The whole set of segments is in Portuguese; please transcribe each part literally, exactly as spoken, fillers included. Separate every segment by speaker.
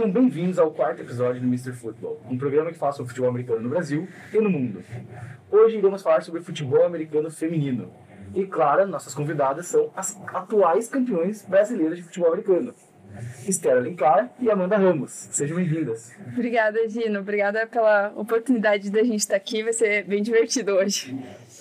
Speaker 1: Sejam bem-vindos ao quarto episódio do mister Football, um programa que fala sobre futebol americano no Brasil e no mundo. Hoje iremos falar sobre futebol americano feminino. E, claro, nossas convidadas são as atuais campeões brasileiras de futebol americano, Esther Alencar e Amanda Ramos. Sejam bem-vindas.
Speaker 2: Obrigada, Gino. Obrigada pela oportunidade da gente estar aqui. Vai ser bem divertido hoje.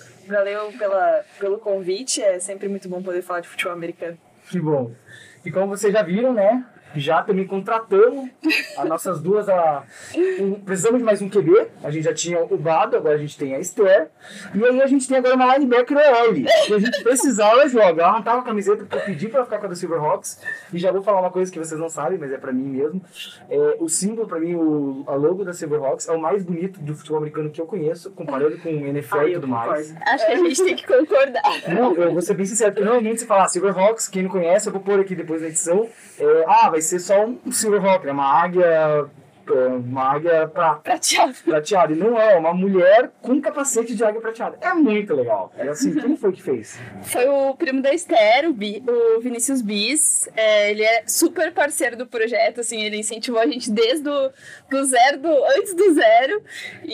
Speaker 3: Valeu pela, pelo convite. É sempre muito bom poder falar de futebol americano.
Speaker 1: Que bom. E como vocês já viram, né? Já também contratamos as nossas duas. A, um, precisamos de mais um Q B. A gente já tinha o Bado, agora a gente tem a Esther. E aí a gente tem agora uma linebacker O L. E a gente precisava, ela joga. Ela não tava com a camiseta porque eu pedi pra ficar com a do Silverhawks. E já vou falar uma coisa que vocês não sabem, mas é pra mim mesmo. É, o símbolo, pra mim, o a logo da Silverhawks é o mais bonito do futebol americano que eu conheço, comparando com o N F L e tudo mais.
Speaker 2: Acho que a gente tem que concordar.
Speaker 1: Não, eu vou ser bem sincero, porque normalmente você fala ah, Silverhawks, quem não conhece, eu vou pôr aqui depois na edição. É, ah, vai ser só um Silverhawk, é uma águia, uma águia pra,
Speaker 2: prateada.
Speaker 1: prateada. E não é, é uma mulher com capacete de águia prateada. É muito legal. É assim, quem foi que fez?
Speaker 2: Foi o primo da Esther, o, Bi, o Vinícius Bis. É, ele é super parceiro do projeto, assim, ele incentivou a gente desde do, do zero, do, antes do zero.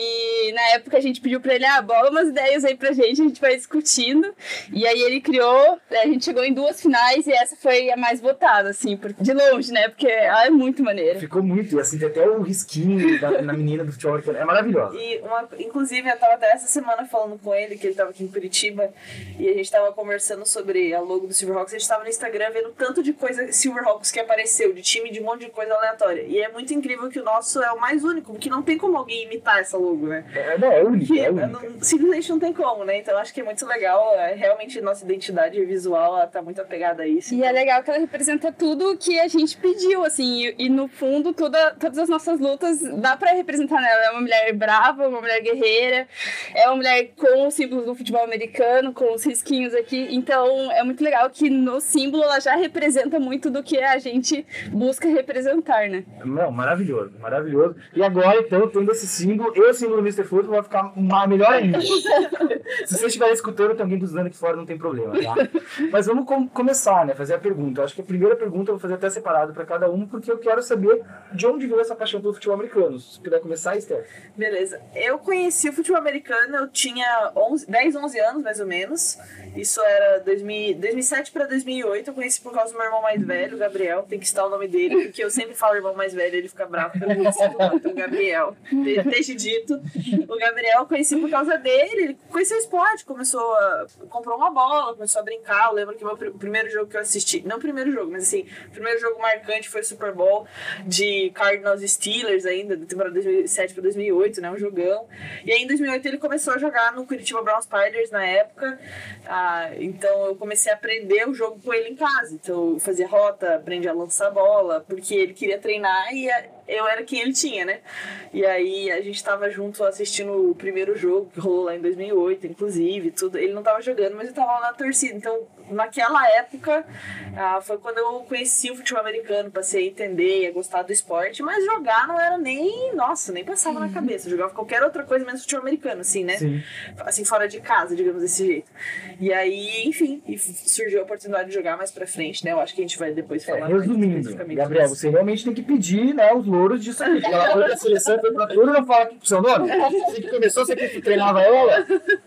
Speaker 2: E na época a gente pediu pra ele, ah, bola umas ideias aí pra gente, a gente vai discutindo. E aí ele criou, a gente chegou em duas finais e essa foi a mais votada, assim, de longe, né? Porque ah, é muito maneiro.
Speaker 1: Ficou muito, e assim, tem até o risquinho da, na menina do futebol americano. É maravilhosa.
Speaker 3: E uma, inclusive, eu tava até essa semana falando com ele, que ele tava aqui em Curitiba, e a gente tava conversando sobre a logo do Silverhawks. A gente tava no Instagram vendo tanto de coisa Silverhawks que apareceu, de time, de um monte de coisa aleatória. E é muito incrível que o nosso é o mais único, porque não tem como alguém imitar essa logo, né?
Speaker 1: É, não, é único, é único.
Speaker 3: Não, simplesmente não tem como, né? Então acho que é muito legal. É, realmente nossa identidade visual ela tá muito apegada a isso.
Speaker 2: E
Speaker 3: então.
Speaker 2: É legal que ela representa tudo que a gente pediu, assim, e, e no fundo toda, todas as nossas lutas dá pra representar nela. É uma mulher brava, uma mulher guerreira, é uma mulher com os símbolos do futebol americano, com os risquinhos aqui. Então é muito legal que no símbolo ela já representa muito do que a gente busca representar, né?
Speaker 1: Não, maravilhoso, maravilhoso. E agora, então, tendo esse símbolo, e o símbolo do mister Football vai ficar uma, melhor ainda. Se vocês estiverem escutando, tem alguém buzinando aqui fora, não tem problema, tá? Mas vamos com, começar, né? Fazer a pergunta. Eu acho que a primeira pergunta eu vou fazer até separado para cada um, porque eu quero saber de onde veio essa paixão pelo futebol americano. Se puder começar, Esther.
Speaker 3: Beleza. Eu conheci o futebol americano, eu tinha onze, dez, onze anos, mais ou menos. Isso era dois mil, dois mil e sete para dois mil e oito. Eu conheci por causa do meu irmão mais velho, o Gabriel. Tem que citar o nome dele, porque eu sempre falo irmão mais velho, ele fica bravo porque eu não conheço o nome. Então, Gabriel. Deixe dito. O Gabriel eu conheci por causa dele. Ele conheceu o esporte, começou a... comprou uma bola, começou a brincar. Eu lembro que o meu primeiro jogo que eu assisti... Não o primeiro jogo, mas assim, o primeiro jogo marcante foi o Super Bowl de Cardinals e Steelers ainda, da temporada dois mil e sete para dois mil e oito, né? Um jogão. E aí em dois mil e oito ele começou a jogar no Curitiba Brown Spiders na época. Ah, então eu comecei a aprender o jogo com ele em casa. Então eu fazia rota, aprendi a lançar bola, porque ele queria treinar e eu era quem ele tinha, né? E aí a gente tava junto assistindo o primeiro jogo que rolou lá em dois mil e oito, inclusive, tudo. Ele não tava jogando, mas eu tava lá na torcida. Então, naquela época, ah, foi quando eu conheci o futebol americano, passei a entender e a gostar do esporte, mas jogar não era nem, nossa, nem passava na cabeça. Eu jogava qualquer outra coisa menos futebol americano, assim, né?
Speaker 1: Sim.
Speaker 3: Assim, fora de casa, digamos desse jeito. E aí, enfim, e surgiu a oportunidade de jogar mais pra frente, né? Eu acho que a gente vai depois falar
Speaker 1: é, resumindo, Gabriel, disso. Você realmente tem que pedir, né, os louros disso aqui. Ela foi pra seleção, foi pra tudo, não fala aqui pro seu nome. Você que começou, você que treinava ela.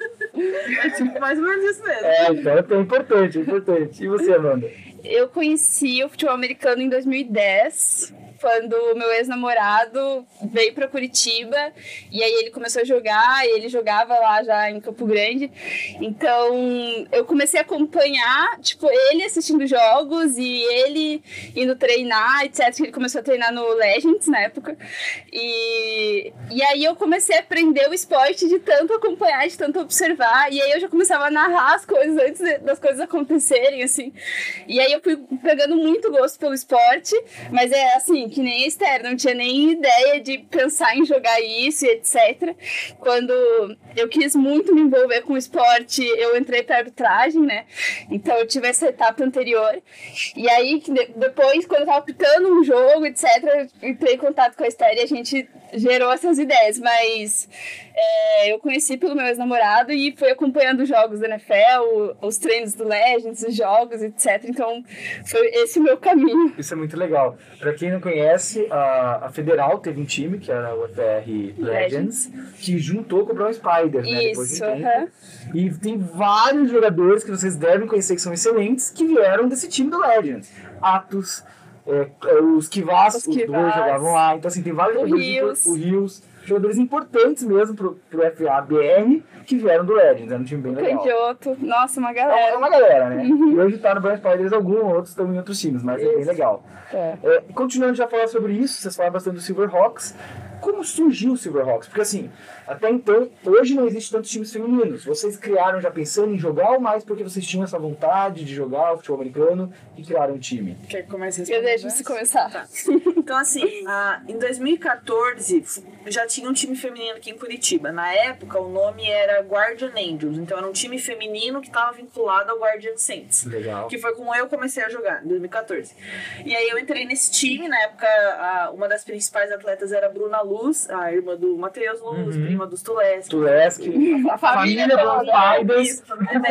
Speaker 3: É tipo mais ou menos isso mesmo.
Speaker 1: É, então é importante, é importante. E você, Amanda?
Speaker 2: Eu conheci o futebol americano em dois mil e dez, quando o meu ex-namorado veio para Curitiba, e aí ele começou a jogar, e ele jogava lá já em Campo Grande. Então eu comecei a acompanhar, tipo, ele assistindo jogos e ele indo treinar, etcétera. Ele começou a treinar no Legends na época. E, e aí eu comecei a aprender o esporte de tanto acompanhar, de tanto observar, e aí eu já começava a narrar as coisas antes de, das coisas acontecerem, assim. E aí eu fui pegando muito gosto pelo esporte, mas é assim, que nem a Esther, não tinha nem ideia de pensar em jogar isso e etcétera. Quando eu quis muito me envolver com o esporte, eu entrei para arbitragem, né? Então eu tive essa etapa anterior. E aí, depois, quando eu tava pitando um jogo, etcétera, eu entrei em contato com a Esther e a gente gerou essas ideias, mas é, eu conheci pelo meu ex-namorado e fui acompanhando os jogos da N F L, os treinos do Legends, os jogos, etcétera. Então, foi esse o meu caminho.
Speaker 1: Isso é muito legal. Pra quem não conhece, a, a Federal teve um time, que era o F R Legends, Legends. que juntou com o Brown Spiders, né? Depois
Speaker 2: Isso,
Speaker 1: de um tempo.
Speaker 2: uh-huh.
Speaker 1: E tem vários jogadores que vocês devem conhecer que são excelentes, que vieram desse time do Legends. Atos, é, os Kivas, os, os dois jogavam lá. Então, assim, tem vários
Speaker 2: o
Speaker 1: jogadores.
Speaker 2: Rios.
Speaker 1: O Rios. Jogadores importantes mesmo pro, pro F A B R que vieram do Legends. Era um time bem legal.
Speaker 2: Canhoto. Nossa, uma galera.
Speaker 1: É uma galera, né? Uhum. E hoje tá no Brown Spiders, alguns outros estão em outros times, mas isso. é bem legal.
Speaker 2: É.
Speaker 1: É, continuando já a falar sobre isso, vocês falaram bastante do Silverhawks. Como surgiu o Silverhawks? Porque assim, até então, hoje não existe tantos times femininos. Vocês criaram já pensando em jogar ou mais porque vocês tinham essa vontade de jogar o futebol americano e criaram um time?
Speaker 3: Quer que comece a
Speaker 2: responder? Eu deixo você começar.
Speaker 3: Tá. Então assim, a, em dois mil e quatorze já tinha um time feminino aqui em Curitiba. Na época o nome era Guardian Angels, então era um time feminino que estava vinculado ao Guardian Saints.
Speaker 1: Legal.
Speaker 3: Que foi como eu comecei a jogar, em dois mil e quatorze. E aí eu entrei nesse time, na época a, uma das principais atletas era a Bruna Luz, a irmã do Matheus Luz, uhum. prima dos Tuleski.
Speaker 1: Tuleski,
Speaker 2: a família
Speaker 1: Brown Spiders.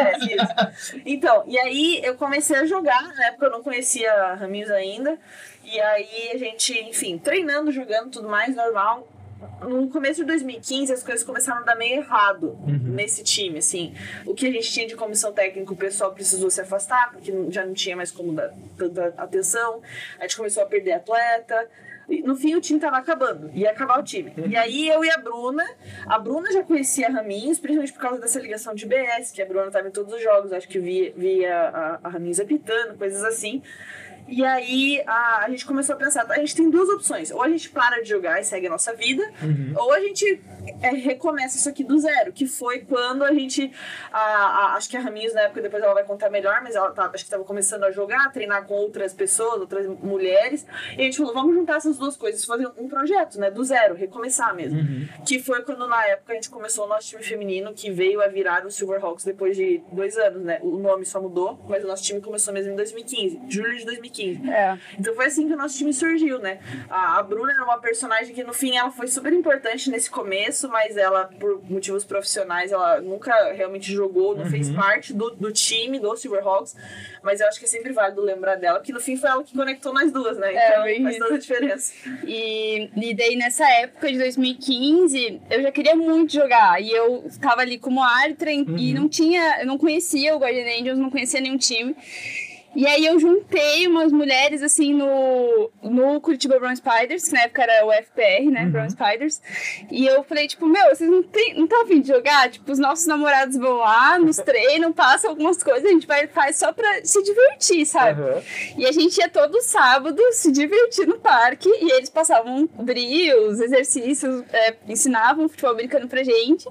Speaker 3: Então, e aí eu comecei a jogar, na época eu não conhecia a Raminhos ainda, e aí a gente, enfim, treinando, jogando, tudo mais, normal. No começo de dois mil e quinze, as coisas começaram a dar meio errado uhum. nesse time, assim. O que a gente tinha de comissão técnica, o pessoal precisou se afastar, porque já não tinha mais como dar tanta atenção. A gente começou a perder atleta. No fim, o time tava acabando. Ia acabar o time. Uhum. E aí, eu e a Bruna... A Bruna já conhecia a Raminhos, principalmente por causa dessa ligação de B S, que a Bruna tava em todos os jogos. Acho que via, via a, a Raminhos apitando, coisas assim. E aí, a, a gente começou a pensar, a gente tem duas opções. Ou a gente para de jogar e segue a nossa vida, uhum. ou a gente é, recomeça isso aqui do zero, que foi quando a gente... A, a, acho que a Raminhos, na época, depois ela vai contar melhor, mas ela tá, acho que estava começando a jogar, a treinar com outras pessoas, outras mulheres. E a gente falou, vamos juntar essas duas coisas, fazer um projeto, né, do zero, recomeçar mesmo. Uhum. Que foi quando, na época, a gente começou o nosso time feminino, que veio a virar o Silverhawks depois de dois anos, né? O nome só mudou, mas o nosso time começou mesmo em dois mil e quinze, julho de dois mil e quinze.
Speaker 2: É.
Speaker 3: Então foi assim que o nosso time surgiu, né? A, a Bruna era uma personagem que no fim ela foi super importante nesse começo, mas ela, por motivos profissionais, ela nunca realmente jogou, não uhum. fez parte do, do time do Silverhawks, mas eu acho que é sempre válido lembrar dela, porque no fim foi ela que conectou nós duas, né? Então é, faz toda a diferença.
Speaker 2: E, e daí nessa época de dois mil e quinze, eu já queria muito jogar, e eu estava ali como árbitra uhum. e não tinha, eu não conhecia o Guardian Angels, não conhecia nenhum time. E aí eu juntei umas mulheres, assim, no, no Curitiba Brown Spiders, que na época era o F P R, né, uhum. Brown Spiders. E eu falei, tipo, meu, vocês não estão não tá a fim de jogar? Tipo, os nossos namorados vão lá, nos treinam, passam algumas coisas, a gente vai, faz só pra se divertir, sabe? Uhum. E a gente ia todo sábado se divertir no parque, e eles passavam drills, exercícios, é, ensinavam futebol americano pra gente.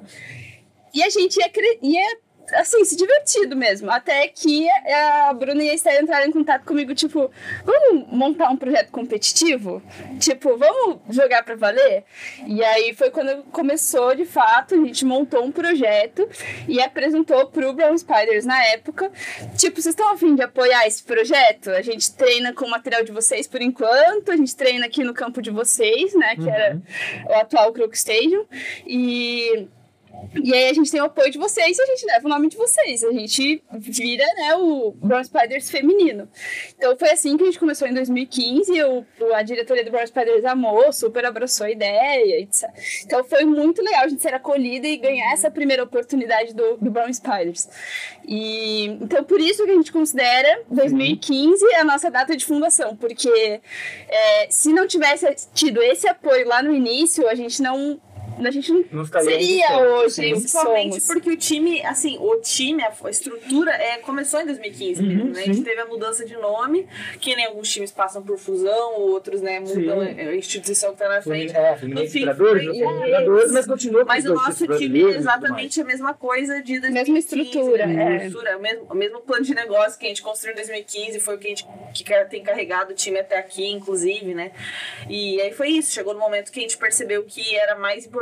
Speaker 2: E a gente ia... ia assim, se divertido mesmo. Até que a Bruna e a Esther entraram em contato comigo, tipo, vamos montar um projeto competitivo? Tipo, vamos jogar pra valer? E aí foi quando começou, de fato, a gente montou um projeto e apresentou pro Brown Spiders na época. Tipo, vocês estão a fim de apoiar esse projeto? A gente treina com o material de vocês por enquanto, a gente treina aqui no campo de vocês, né, que uhum. era o atual Croc Stadium. E... E aí a gente tem o apoio de vocês e a gente leva o nome de vocês. A gente vira, né, o Brown Spiders feminino. Então foi assim que a gente começou em dois mil e quinze. O, a diretoria do Brown Spiders amou, super abraçou a ideia, etcétera. Então foi muito legal a gente ser acolhida e ganhar essa primeira oportunidade do, do Brown Spiders. E, então por isso que a gente considera dois mil e quinze a nossa data de fundação. Porque é, se não tivesse tido esse apoio lá no início, a gente não... A gente não, não seria hoje,
Speaker 3: principalmente porque o time, assim, o time, a estrutura é, começou em dois mil e quinze mesmo, uhum, né? Sim. A gente teve a mudança de nome, que nem alguns times passam por fusão, outros, né, mudam sim. a instituição que tá na frente.
Speaker 1: É, administradores, mas continua com
Speaker 3: Mas o nosso time é exatamente a mesma coisa de dois mil e quinze.
Speaker 2: Mesma estrutura,
Speaker 3: né?
Speaker 2: é.
Speaker 3: estrutura o, mesmo, o mesmo plano de negócio que a gente construiu em dois mil e quinze, foi o que a gente que tem carregado o time até aqui, inclusive, né? E aí foi isso, chegou no momento que a gente percebeu que era mais importante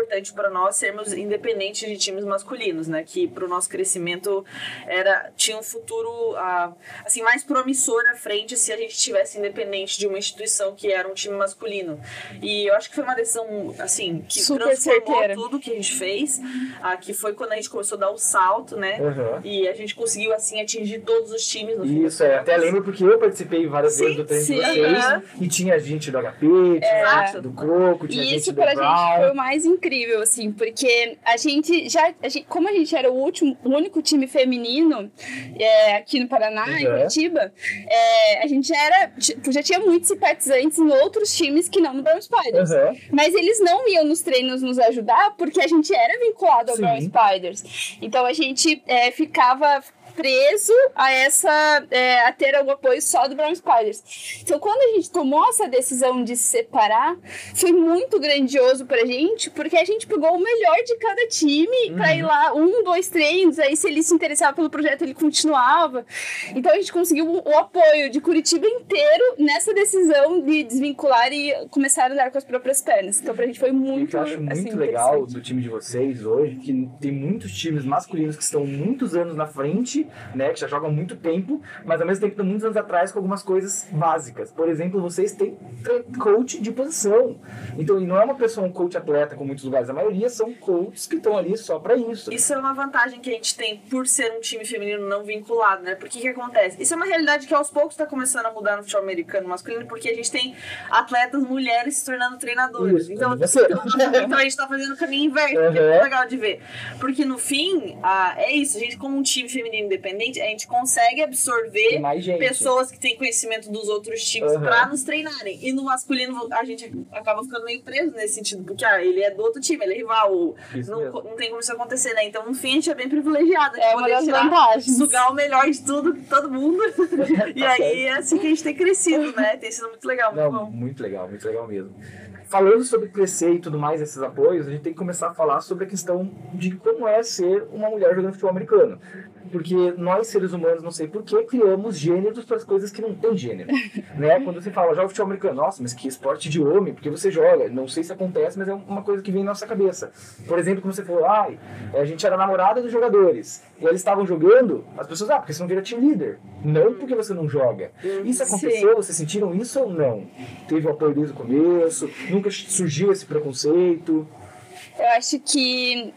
Speaker 3: importante para nós sermos independentes de times masculinos, né? Que para o nosso crescimento era, tinha um futuro uh, assim, mais promissor à frente se a gente estivesse independente de uma instituição que era um time masculino. E eu acho que foi uma decisão assim, que
Speaker 2: super
Speaker 3: transformou
Speaker 2: certeira.
Speaker 3: tudo que a gente fez, uh, que foi quando a gente começou a dar o salto, né?
Speaker 1: Uhum.
Speaker 3: E a gente conseguiu assim atingir todos os times no fim das
Speaker 1: Isso, é, até
Speaker 3: contas.
Speaker 1: lembro porque eu participei várias
Speaker 3: Sim,
Speaker 1: vezes do treino
Speaker 2: sim.
Speaker 1: de vocês
Speaker 3: Uhum.
Speaker 1: e tinha gente do H P, tinha
Speaker 2: É.
Speaker 1: gente do Croco, tinha
Speaker 2: E
Speaker 1: gente
Speaker 2: isso
Speaker 1: do
Speaker 2: pra gente foi
Speaker 1: Brown.
Speaker 2: o mais incrível, assim, porque a gente já, a gente, como a gente era o último, o único time feminino é, aqui no Paraná, em
Speaker 1: Uhum.
Speaker 2: Curitiba, é, a gente já era, tipo, já tinha muitos simpatizantes em outros times que não no Brown Spiders.
Speaker 1: Uhum.
Speaker 2: Mas eles não iam nos treinos nos ajudar porque a gente era vinculado ao
Speaker 1: Sim.
Speaker 2: Brown Spiders. Então a gente é, ficava preso a essa é, a ter algum apoio só do Brown Spiders. Então, quando a gente tomou essa decisão de se separar, foi muito grandioso pra gente, porque a gente pegou o melhor de cada time
Speaker 1: Uhum.
Speaker 2: pra ir lá, um, dois treinos, aí se ele se interessava pelo projeto, ele continuava. Então, a gente conseguiu o apoio de Curitiba inteiro nessa decisão de desvincular e começar a andar com as próprias pernas. Então, pra gente foi
Speaker 1: O que
Speaker 2: muito,
Speaker 1: eu acho muito
Speaker 2: assim,
Speaker 1: legal
Speaker 2: interessante.
Speaker 1: do time de vocês hoje, que tem muitos times masculinos que estão muitos anos na frente, né, que já jogam há muito tempo, mas ao mesmo tempo estão muitos anos atrás com algumas coisas básicas. Por exemplo, vocês têm tre- coach de posição. Então, e não é uma pessoa, um coach atleta, como muitos lugares. A maioria são coaches que estão ali só pra isso.
Speaker 3: Isso é uma vantagem que a gente tem por ser um time feminino não vinculado, né? Porque o que acontece? Isso é uma realidade que aos poucos está começando a mudar no futebol americano masculino, porque a gente tem atletas mulheres se tornando treinadoras.
Speaker 1: Isso,
Speaker 3: Então,
Speaker 1: você.
Speaker 3: então a gente tá fazendo o caminho inverso, que é
Speaker 1: Uhum.
Speaker 3: muito legal de ver. Porque no fim, ah, é isso, a gente como um time feminino independente, a gente consegue absorver
Speaker 1: Tem mais gente.
Speaker 3: pessoas que têm conhecimento dos outros times
Speaker 1: Uhum.
Speaker 3: pra nos treinarem. E no masculino a gente acaba ficando meio preso nesse sentido, porque ah, ele é do outro time, ele é rival, ou
Speaker 1: Isso
Speaker 3: não,
Speaker 1: mesmo.
Speaker 3: não tem como isso acontecer, né? Então, no fim, a gente é bem privilegiada de
Speaker 2: É uma
Speaker 3: poder
Speaker 2: das
Speaker 3: tirar,
Speaker 2: vantagens.
Speaker 3: sugar o melhor de tudo, de todo mundo. E
Speaker 1: Tá
Speaker 3: aí é assim que a gente tem crescido, né? Tem sido muito legal, muito
Speaker 1: Não,
Speaker 3: bom.
Speaker 1: muito legal, muito legal mesmo. Falando sobre crescer e tudo mais, esses apoios, a gente tem que começar a falar sobre a questão de como é ser uma mulher jogando futebol americano. Porque nós, seres humanos, não sei porquê, criamos gêneros para as coisas que não tem gênero. Né? Quando você fala, joga futebol americano, nossa, mas que esporte de homem, porque você joga. Não sei se acontece, mas é uma coisa que vem na nossa cabeça. Por exemplo, como você falou, ai, a gente era namorada dos jogadores, e eles estavam jogando, as pessoas, ah, porque você não vira team leader. Não porque você não joga. Isso aconteceu?
Speaker 2: Sim.
Speaker 1: Vocês sentiram isso ou não? Teve o apoio desde o começo? Nunca surgiu esse preconceito?
Speaker 2: Eu acho que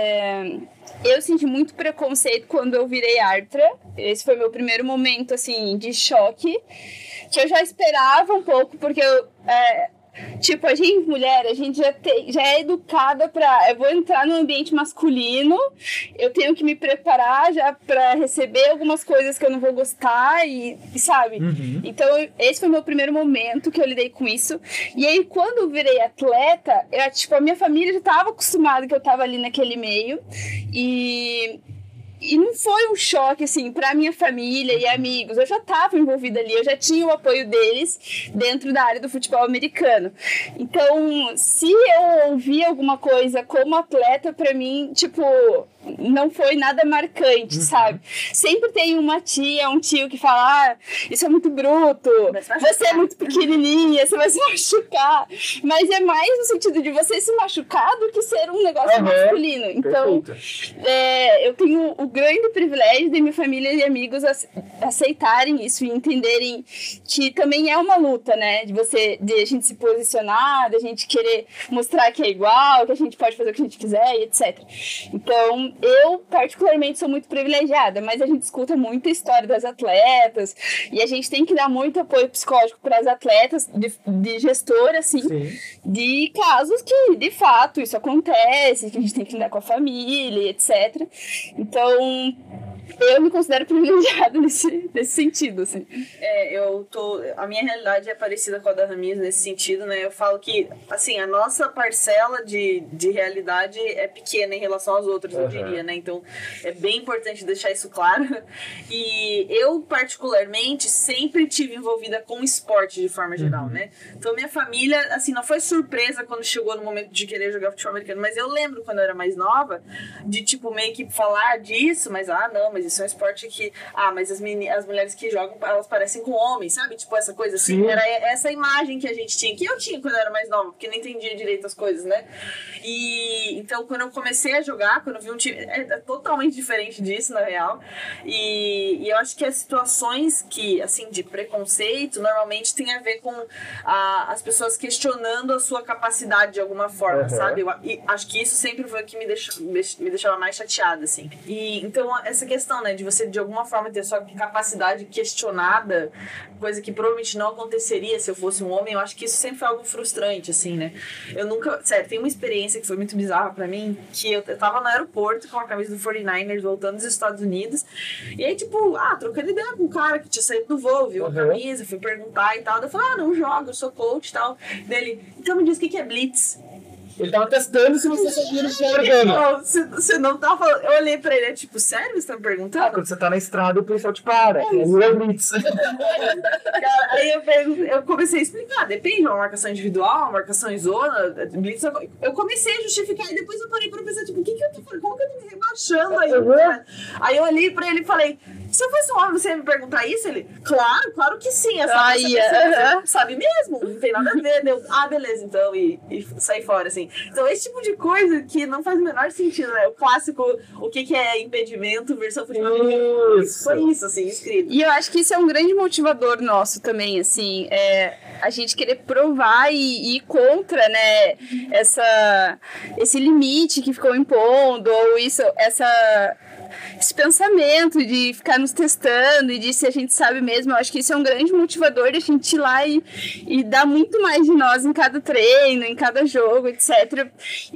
Speaker 2: é, eu senti muito preconceito quando eu virei arbitra. Esse foi meu primeiro momento, assim, de choque, que eu já esperava um pouco, porque eu... É, tipo, a gente, mulher, a gente já, tem, já é educada pra... Eu vou entrar no ambiente masculino, eu tenho que me preparar já pra receber algumas coisas que eu não vou gostar e, e sabe?
Speaker 1: Uhum.
Speaker 2: Então, esse foi o meu primeiro momento que eu lidei com isso. E aí, quando eu virei atleta, eu, tipo, a minha família já estava acostumada que eu estava ali naquele meio. E... E não foi um choque, assim, pra minha família e amigos. Eu já estava envolvida ali, eu já tinha o apoio deles dentro da área do futebol americano. Então, se eu ouvi alguma coisa como atleta, pra mim, tipo, não foi nada marcante, sabe? Sempre tem uma tia, um tio que fala, ah, isso é muito bruto, você é muito pequenininha, você vai se machucar. Mas é mais no sentido de você se machucar do que ser um negócio
Speaker 1: Uhum.
Speaker 2: masculino. Então,
Speaker 1: Perfeito.
Speaker 2: é, eu tenho o grande privilégio de minha família e amigos ace- aceitarem isso e entenderem que também é uma luta, né? De você, de a gente se posicionar, de a gente querer mostrar que é igual, que a gente pode fazer o que a gente quiser e etcétera. Então, eu particularmente sou muito privilegiada, mas a gente escuta muita história das atletas e a gente tem que dar muito apoio psicológico para as atletas, de, de gestor, assim,
Speaker 1: Sim.
Speaker 2: de casos que, de fato, isso acontece, que a gente tem que lidar com a família, etcétera. Então, eu me considero privilegiada nesse, nesse sentido, assim.
Speaker 3: É, eu tô... A minha realidade é parecida com a da Ramis nesse sentido, né? Eu falo que, assim, a nossa parcela de, de realidade é pequena em relação às outras, eu
Speaker 1: Uhum.
Speaker 3: diria, né? Então, é bem importante deixar isso claro. E eu, particularmente, sempre tive envolvida com esporte de forma geral,
Speaker 1: Uhum.
Speaker 3: né? Então, minha família, assim, não foi surpresa quando chegou no momento de querer jogar futebol americano, mas eu lembro, quando eu era mais nova, de, tipo, meio que falar disso, mas, ah, não, mas isso é um esporte que... Ah, mas as, meni, as mulheres que jogam, elas parecem com homens, sabe? Tipo, essa coisa assim.
Speaker 1: Sim.
Speaker 3: Era essa imagem que a gente tinha, que eu tinha quando eu era mais nova, porque não entendia direito as coisas, né? E então, quando eu comecei a jogar, quando eu vi um time... É, é totalmente diferente disso, na real. E, e eu acho que as situações que, assim, de preconceito, normalmente tem a ver com a, as pessoas questionando a sua capacidade de alguma forma,
Speaker 1: uhum.
Speaker 3: sabe? Eu, e acho que isso sempre foi o que me, deixou, me deixava mais chateada, assim. E, então, essa questão, né, de você, de alguma forma, ter sua capacidade questionada, coisa que provavelmente não aconteceria se eu fosse um homem, eu acho que isso sempre foi algo frustrante, assim, né? Eu nunca... Sério, tem uma experiência que foi muito bizarra pra mim, que eu, eu tava no aeroporto com a camisa do forty-niners, voltando dos Estados Unidos, e aí, tipo, ah, trocando ideia com um cara que tinha saído do voo, viu a
Speaker 1: uhum.
Speaker 3: camisa, fui perguntar e tal, daí eu falei, ah, não jogo, eu sou coach e tal, dele, então me diz o que que é blitz.
Speaker 1: Ele tava testando se você sabia do que estava jogando.
Speaker 3: Não, você, você não tá falando. Eu olhei pra ele, é tipo, sério? Você tá me perguntando?
Speaker 1: Ah, quando você tá na estrada, o policial te para. É o blitz.
Speaker 3: Cara, aí eu, perguntei, eu comecei a explicar. Depende, uma marcação individual, uma marcação em zona, blitz. Eu comecei a justificar e depois eu parei pra pensar, tipo, o que que eu tô falando? Como que eu tô me rebaixando aí? Uhum. Aí eu olhei pra ele e falei, se eu fosse um homem, você ia me perguntar isso? Ele, claro, claro que sim. Essa
Speaker 2: Ai,
Speaker 3: pessoa, uh-huh. sabe mesmo? Não tem nada a ver. Deu, ah, beleza, então. E, e saí fora, assim. Então, esse tipo de coisa que não faz o menor sentido, né? O clássico, o que, que é impedimento, versão futebol.
Speaker 1: Isso.
Speaker 3: Foi isso, assim, escrito.
Speaker 2: E eu acho que isso é um grande motivador nosso também, assim, é a gente querer provar e, e ir contra, né, essa, esse limite que ficou impondo, ou isso, essa... esse pensamento de ficar nos testando e de se a gente sabe mesmo. Eu acho que isso é um grande motivador de a gente ir lá e, e dar muito mais de nós em cada treino, em cada jogo, etcétera.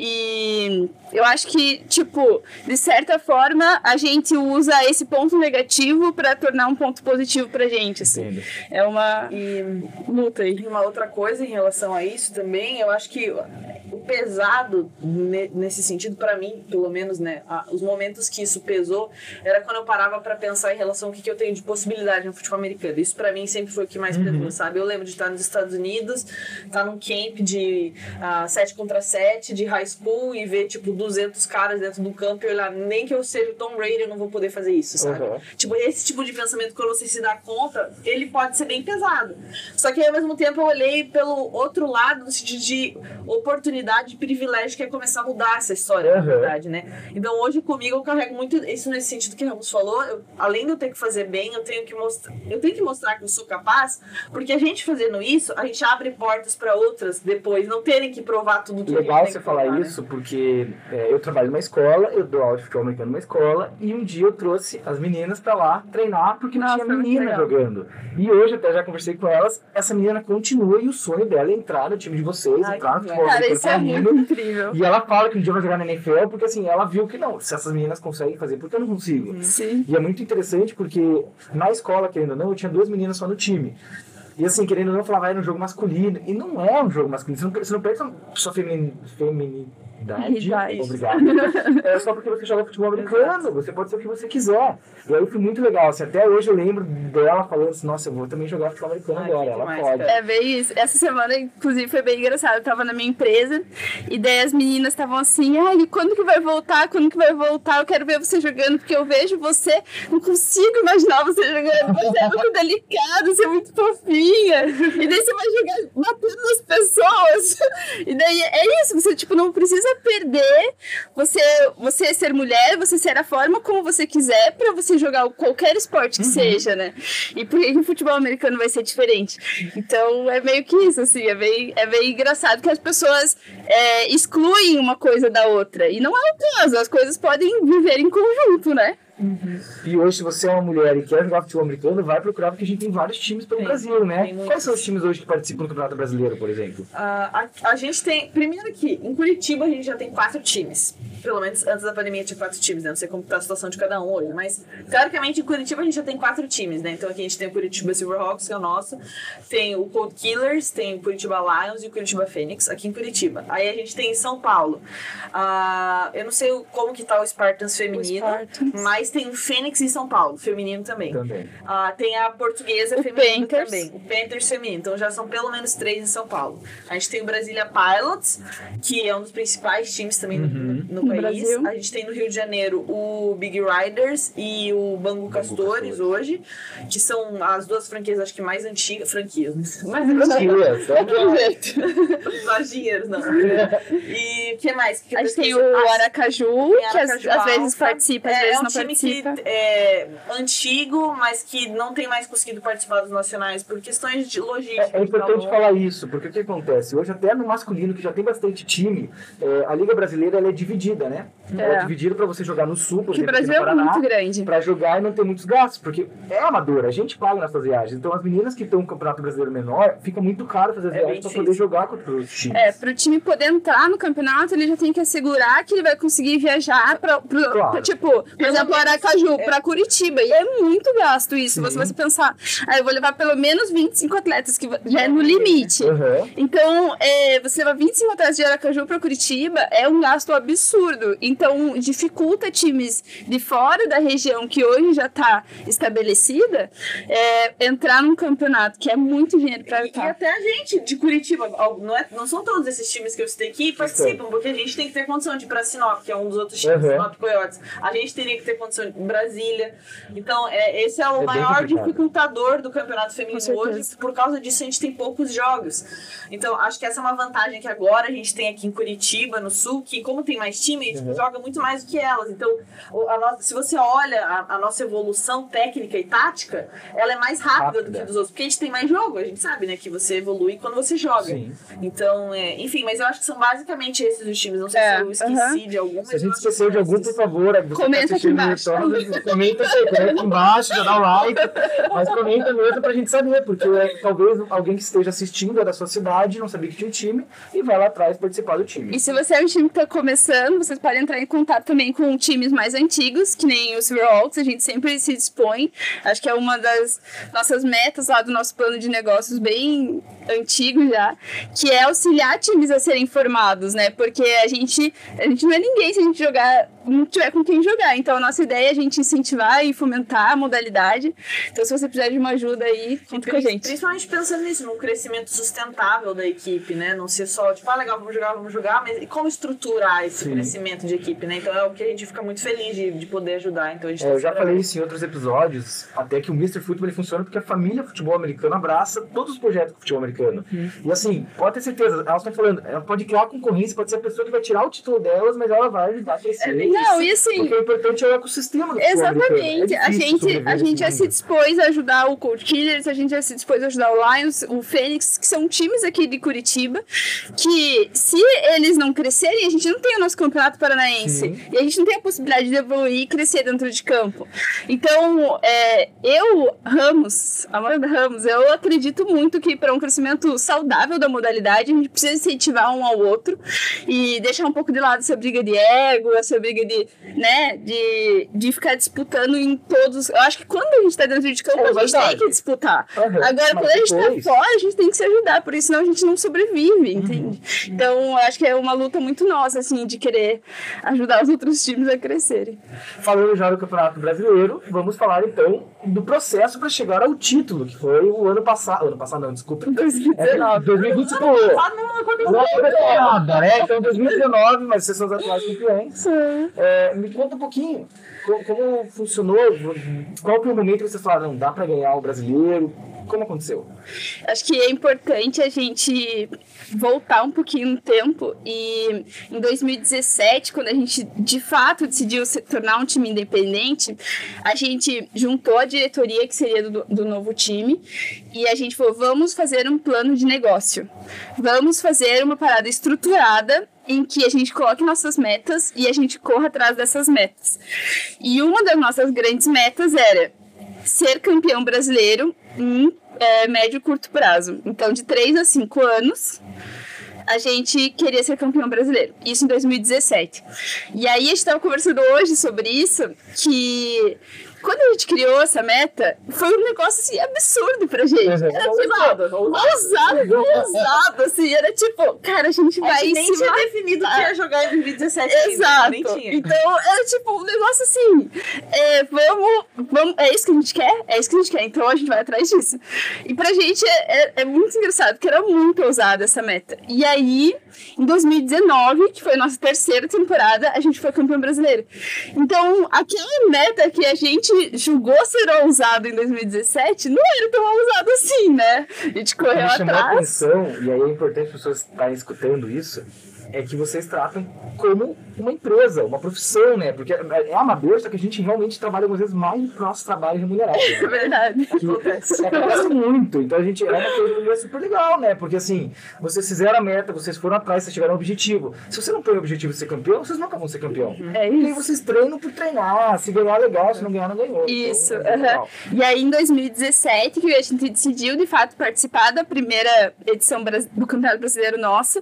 Speaker 2: E eu acho que, tipo, de certa forma, a gente usa esse ponto negativo para tornar um ponto positivo pra gente, assim.
Speaker 1: Entendo.
Speaker 2: É uma
Speaker 3: E
Speaker 2: luta aí.
Speaker 3: E uma outra coisa em relação a isso também, eu acho que o pesado ne, nesse sentido, pra mim, pelo menos, né, a, os momentos que isso pesou, era quando eu parava pra pensar em relação ao que, que eu tenho de possibilidade no futebol americano. Isso pra mim sempre foi o que mais
Speaker 1: Uhum.
Speaker 3: pesou, sabe? Eu lembro de estar nos Estados Unidos, estar num camp de uh, sete contra sete, de high school, e ver, tipo, duzentos caras dentro do campo e olhar, nem que eu seja o Tom Brady, eu não vou poder fazer isso, sabe?
Speaker 1: Uhum.
Speaker 3: Tipo, esse tipo de pensamento, quando você se dá conta, ele pode ser bem pesado. Só que, ao mesmo tempo, eu olhei pelo outro lado, no sentido de oportunidade, de privilégio, que é começar a mudar essa história,
Speaker 1: uhum.
Speaker 3: na verdade, né? Então, hoje, comigo, eu carrego muito isso nesse sentido que o Ramos falou. Eu, além de eu ter que fazer bem, eu tenho que mostrar, eu tenho que mostrar que eu sou capaz, porque a gente fazendo isso, a gente abre portas para outras depois, não terem que provar tudo que
Speaker 1: Legal
Speaker 3: você
Speaker 1: falar
Speaker 3: provar,
Speaker 1: isso, né? Porque é, eu trabalho numa escola, eu dou aula de futebol americano numa escola, e um dia eu trouxe as meninas pra lá treinar, porque não
Speaker 2: Nossa,
Speaker 1: tinha menina jogando. E hoje, até já conversei com elas, essa menina continua, e o sonho dela é entrar no time de vocês,
Speaker 3: Ai,
Speaker 1: entrar no futebol
Speaker 2: Cara,
Speaker 1: americano
Speaker 2: isso é muito incrível.
Speaker 1: E ela fala que um dia vai jogar na N F L, porque assim, ela viu que não, se essas meninas conseguem fazer, porque eu não consigo.
Speaker 2: Sim.
Speaker 1: E é muito interessante, porque na escola, querendo ou não, eu tinha duas meninas só no time. E assim, querendo ou não, eu falava, ah, era um jogo masculino. E não é um jogo masculino. Você não, você não perde sua femini, feminidade.
Speaker 2: Idade.
Speaker 1: Obrigado. É só porque você joga futebol americano. Você pode ser o que você quiser. E aí foi muito legal. Assim, até hoje eu lembro dela falando assim, nossa, eu vou também jogar futebol americano
Speaker 3: Ai,
Speaker 1: agora. Ela
Speaker 3: demais,
Speaker 1: pode.
Speaker 3: cara.
Speaker 2: É bem isso. Essa semana, inclusive, foi bem engraçado. Eu tava na minha empresa e daí as meninas estavam assim, ai, quando que vai voltar? Quando que vai voltar? Eu quero ver você jogando, porque eu vejo você, não consigo imaginar você jogando. Você é muito delicada, você é muito fofinha. E daí você vai jogar batendo nas pessoas. E daí é isso, você tipo, não precisa perder você, você ser mulher, você ser a forma como você quiser pra você jogar qualquer esporte que
Speaker 1: Uhum.
Speaker 2: seja, né? E por que o futebol americano vai ser diferente? Então é meio que isso, assim, é bem, é bem engraçado que as pessoas é, excluem uma coisa da outra. E não é o caso, as coisas podem viver em conjunto, né?
Speaker 3: Uhum.
Speaker 1: E hoje, se você é uma mulher e quer jogar futebol americano, vai procurar, porque a gente tem vários times pelo
Speaker 3: Tem,
Speaker 1: Brasil, né?
Speaker 3: tem muitos.
Speaker 1: Quais são os times hoje que participam do Campeonato Brasileiro, por exemplo?
Speaker 3: Uh, a, a gente tem, primeiro que em Curitiba a gente já tem quatro times. Pelo menos antes da pandemia tinha quatro times, né? Não sei como tá a situação de cada um hoje, mas teoricamente em Curitiba a gente já tem quatro times, né? Então aqui a gente tem o Curitiba Silverhawks, que é o nosso, tem o Cold Killers, tem o Curitiba Lions e o Curitiba Phoenix, aqui em Curitiba. Aí a gente tem em São Paulo. Uh, eu não sei como que tá o Spartans feminino,
Speaker 2: O Spartans.
Speaker 3: mas depois tem o Fênix em São Paulo, feminino também.
Speaker 1: Também.
Speaker 3: Ah, tem a Portuguesa
Speaker 2: O
Speaker 3: feminino
Speaker 2: Panthers.
Speaker 3: também. O Panthers feminino. Então já são pelo menos três em São Paulo. A gente tem o Brasília Pilots, que é um dos principais times também no, no, no
Speaker 2: No
Speaker 3: país.
Speaker 2: Brasil.
Speaker 3: A gente tem no Rio de Janeiro o Big Riders e o Bangu Castores hoje, que são as duas franquias, acho que mais antigas. Franquias, né? Mais antigas. Mais dinheiro, não. E o que mais? Que
Speaker 2: A
Speaker 3: eu
Speaker 2: gente tem
Speaker 3: esqueci?
Speaker 2: o
Speaker 3: Ah,
Speaker 2: Aracaju,
Speaker 3: tem
Speaker 2: que às,
Speaker 3: Aracaju
Speaker 2: às vezes
Speaker 3: Alpha.
Speaker 2: participa, às
Speaker 3: É,
Speaker 2: vezes
Speaker 3: é um
Speaker 2: não
Speaker 3: time
Speaker 2: participa.
Speaker 3: que é antigo, mas que não tem mais conseguido participar dos nacionais por questões de logística.
Speaker 1: É, é importante
Speaker 3: então,
Speaker 1: falar isso, porque o que acontece? Hoje, até no masculino, que já tem bastante time, é, a Liga Brasileira ela é dividida, né? Ela é
Speaker 2: É.
Speaker 1: dividida para você jogar no Sul, por
Speaker 2: Que o
Speaker 1: exemplo, aqui
Speaker 2: Brasil
Speaker 1: no
Speaker 2: é
Speaker 1: Paraná,
Speaker 2: muito grande.
Speaker 1: para jogar e não ter muitos gastos, porque é amador, a gente paga nossas viagens. Então, as meninas que estão no Campeonato Brasileiro menor, fica muito caro fazer as
Speaker 3: É
Speaker 1: viagens
Speaker 3: bem
Speaker 1: para
Speaker 3: difícil.
Speaker 1: poder jogar contra os times.
Speaker 2: É, pro time poder entrar no campeonato, ele já tem que assegurar que ele vai conseguir viajar pra, pro,
Speaker 1: Claro.
Speaker 2: pra, tipo, por exemplo, Aracaju, pra Curitiba. E é muito gasto isso. Se você pensar, ah, eu vou levar pelo menos vinte e cinco atletas, que já é no limite.
Speaker 1: Uhum.
Speaker 2: Então, é, você levar vinte e cinco atletas de Aracaju pra Curitiba é um gasto absurdo. Então, dificulta times de fora da região que hoje já tá estabelecida é, entrar num campeonato, que é muito dinheiro pra
Speaker 3: E, e
Speaker 2: cá.
Speaker 3: até a gente de Curitiba, não, é, não são todos esses times que eu citei aqui que participam, porque a gente tem que ter condição de ir pra Sinop, que é um dos outros times,
Speaker 1: Uhum.
Speaker 3: Sinop Coyotes. A gente teria que ter condição de ir em Brasília. Então, é, esse é o
Speaker 1: bem
Speaker 3: maior
Speaker 1: complicado.
Speaker 3: dificultador do campeonato feminino
Speaker 2: Com certeza.
Speaker 3: hoje. Por causa disso, a gente tem poucos jogos. Então, acho que essa é uma vantagem que agora a gente tem aqui em Curitiba, no Sul, que como tem mais time, a gente
Speaker 1: Uhum.
Speaker 3: joga muito mais do que elas. Então, o- a nossa- se você olha a, a nossa evolução técnica e tática, ela é mais rápida, do
Speaker 1: Rápida.
Speaker 3: que dos outros, porque a gente tem mais jogo. A gente sabe, né, que você evolui quando você joga.
Speaker 1: Sim.
Speaker 3: Então, é, enfim, mas eu acho que são basicamente esses os times. Não sei
Speaker 2: É,
Speaker 3: se eu esqueci
Speaker 2: aham.
Speaker 3: de algum.
Speaker 1: Se a gente esqueceu de algum, por favor, você
Speaker 2: Comenta
Speaker 1: tá
Speaker 2: aqui
Speaker 1: assistindo no
Speaker 2: embaixo.
Speaker 1: YouTube, comenta aqui, comenta aqui embaixo, já dá o like, mas comenta mesmo pra gente saber, porque é, talvez alguém que esteja assistindo é da sua cidade, não sabia que tinha um time, e vai lá atrás participar do time.
Speaker 2: E se você é um time que está começando, vocês podem entrar em contato também com times mais antigos, que nem o Silverhawks, a gente sempre se dispõe. Acho que é uma das nossas metas lá do nosso plano de negócios bem antigo já, que é auxiliar times a serem formados, né? Porque a gente, a gente não é ninguém se a gente jogar, não tiver com quem jogar. Então a nossa ideia é a gente incentivar e fomentar a modalidade. Então se você precisar de uma ajuda aí, conta com a gente.
Speaker 3: Principalmente pensando nisso, num crescimento sustentável da equipe, né? Não ser só, tipo, ah, legal, vamos jogar, vamos jogar, mas e como estruturar esse
Speaker 1: Sim.
Speaker 3: crescimento de equipe, né? Então é o que a gente fica muito feliz de, de poder ajudar. Então a gente
Speaker 1: É,
Speaker 3: tá
Speaker 1: eu já
Speaker 3: super
Speaker 1: falei
Speaker 3: aberto.
Speaker 1: isso em outros episódios, até que o mister Futebol ele funciona porque a família futebol americano abraça todos os projetos do futebol americano. E assim, pode ter certeza, elas estão falando, ela pode criar concorrência, pode ser a pessoa que vai tirar o título delas, mas ela vai ajudar a crescer.
Speaker 3: É bem
Speaker 2: Não, e assim,
Speaker 1: Porque o importante é o ecossistema do futebol americano.
Speaker 2: exatamente.
Speaker 1: É
Speaker 2: a
Speaker 1: difícil
Speaker 2: gente,
Speaker 1: sobreviver
Speaker 2: a gente já
Speaker 1: nesse
Speaker 2: se
Speaker 1: mundo.
Speaker 2: dispôs a ajudar o Cold Killers, a gente já se dispôs a ajudar o Lions, o Fênix, que são times aqui de Curitiba, que se eles não crescerem, a gente não tem o nosso campeonato paranaense.
Speaker 1: Sim.
Speaker 2: E a gente não tem a possibilidade de evoluir e crescer dentro de campo. Então, é, eu, Ramos, Amanda Ramos, eu acredito muito que para um crescimento saudável da modalidade, a gente precisa incentivar um ao outro e deixar um pouco de lado essa briga de ego, essa briga de, né, de, de ficar disputando em todos. Eu acho que quando a gente tá dentro de campo,
Speaker 1: É
Speaker 2: a gente
Speaker 1: verdade.
Speaker 2: tem que disputar.
Speaker 1: Uhum.
Speaker 2: Agora,
Speaker 1: Mas
Speaker 2: quando a gente
Speaker 1: depois-
Speaker 2: tá fora, a gente tem que se ajudar, porque senão a gente não sobrevive, entende? Então, eu acho que é uma luta muito nossa, assim, de querer ajudar os outros times a crescerem.
Speaker 1: Falando já do Campeonato Brasileiro, vamos falar então do processo para chegar ao título, que foi o ano passado. Ano passado não, desculpa.
Speaker 2: dois mil e dezenove.
Speaker 1: dois mil e vinte pulou. Não aconteceu nada, né? Então dois mil e dezenove, mas vocês são os atuais campeões. É, me conta um pouquinho como, como funcionou, qual foi o momento que vocês falaram, não, dá para ganhar o brasileiro, como aconteceu?
Speaker 2: Acho que é importante a gente voltar um pouquinho no tempo e em dois mil e dezessete, quando a gente de fato decidiu se tornar um time independente, a gente juntou a diretoria que seria do, do novo time e a gente falou, vamos fazer um plano de negócio, vamos fazer uma parada estruturada em que a gente coloque nossas metas e a gente corra atrás dessas metas. E uma das nossas grandes metas era ser campeão brasileiro em é, médio e curto prazo. Então, de três a cinco anos, a gente queria ser campeão brasileiro. Isso em dois mil e dezessete. E aí, a gente estava conversando hoje sobre isso, que quando a gente gente criou essa meta, foi um negócio, assim, absurdo pra gente. Era, tipo,
Speaker 3: Ousado,
Speaker 2: ousado, ousado, assim, era tipo, cara, a gente vai
Speaker 3: a gente nem
Speaker 2: se
Speaker 3: tinha
Speaker 2: matar.
Speaker 3: definido que ia jogar em dois mil e dezessete
Speaker 2: Exato.
Speaker 3: ainda, nem tinha.
Speaker 2: Então, era tipo um negócio assim, é, vamos, vamos, é isso que a gente quer? É isso que a gente quer, então a gente vai atrás disso. E pra gente é, é, é muito engraçado, porque era muito ousada essa meta. E aí, em dois mil e dezenove, que foi a nossa terceira temporada, a gente foi campeão brasileiro. Então, aquela meta que a gente julgou ser ousado em dois mil e dezessete, não era tão ousado assim, né? A gente correu
Speaker 1: Me chamou a
Speaker 2: atrás.
Speaker 1: atenção, e aí é importante as pessoas estarem escutando isso, é que vocês tratam como uma empresa, uma profissão, né? Porque é amador, só que a gente realmente trabalha algumas vezes mais pro nosso trabalho remunerado.
Speaker 2: É verdade.
Speaker 1: Que acontece. acontece muito. Então a gente é uma coisa super legal, né? Porque assim, vocês fizeram a meta, vocês foram atrás, vocês tiveram um objetivo. Se você não põe o objetivo de ser campeão, vocês nunca vão ser campeão.
Speaker 2: É
Speaker 1: E aí
Speaker 2: isso.
Speaker 1: vocês treinam por treinar. Se ganhar, legal. Se não ganhar, não ganhou.
Speaker 2: Isso,
Speaker 1: Então, é
Speaker 2: aham.
Speaker 1: legal.
Speaker 2: E aí em dois mil e dezessete que a gente decidiu de fato participar da primeira edição bras- do Campeonato Brasileiro nosso,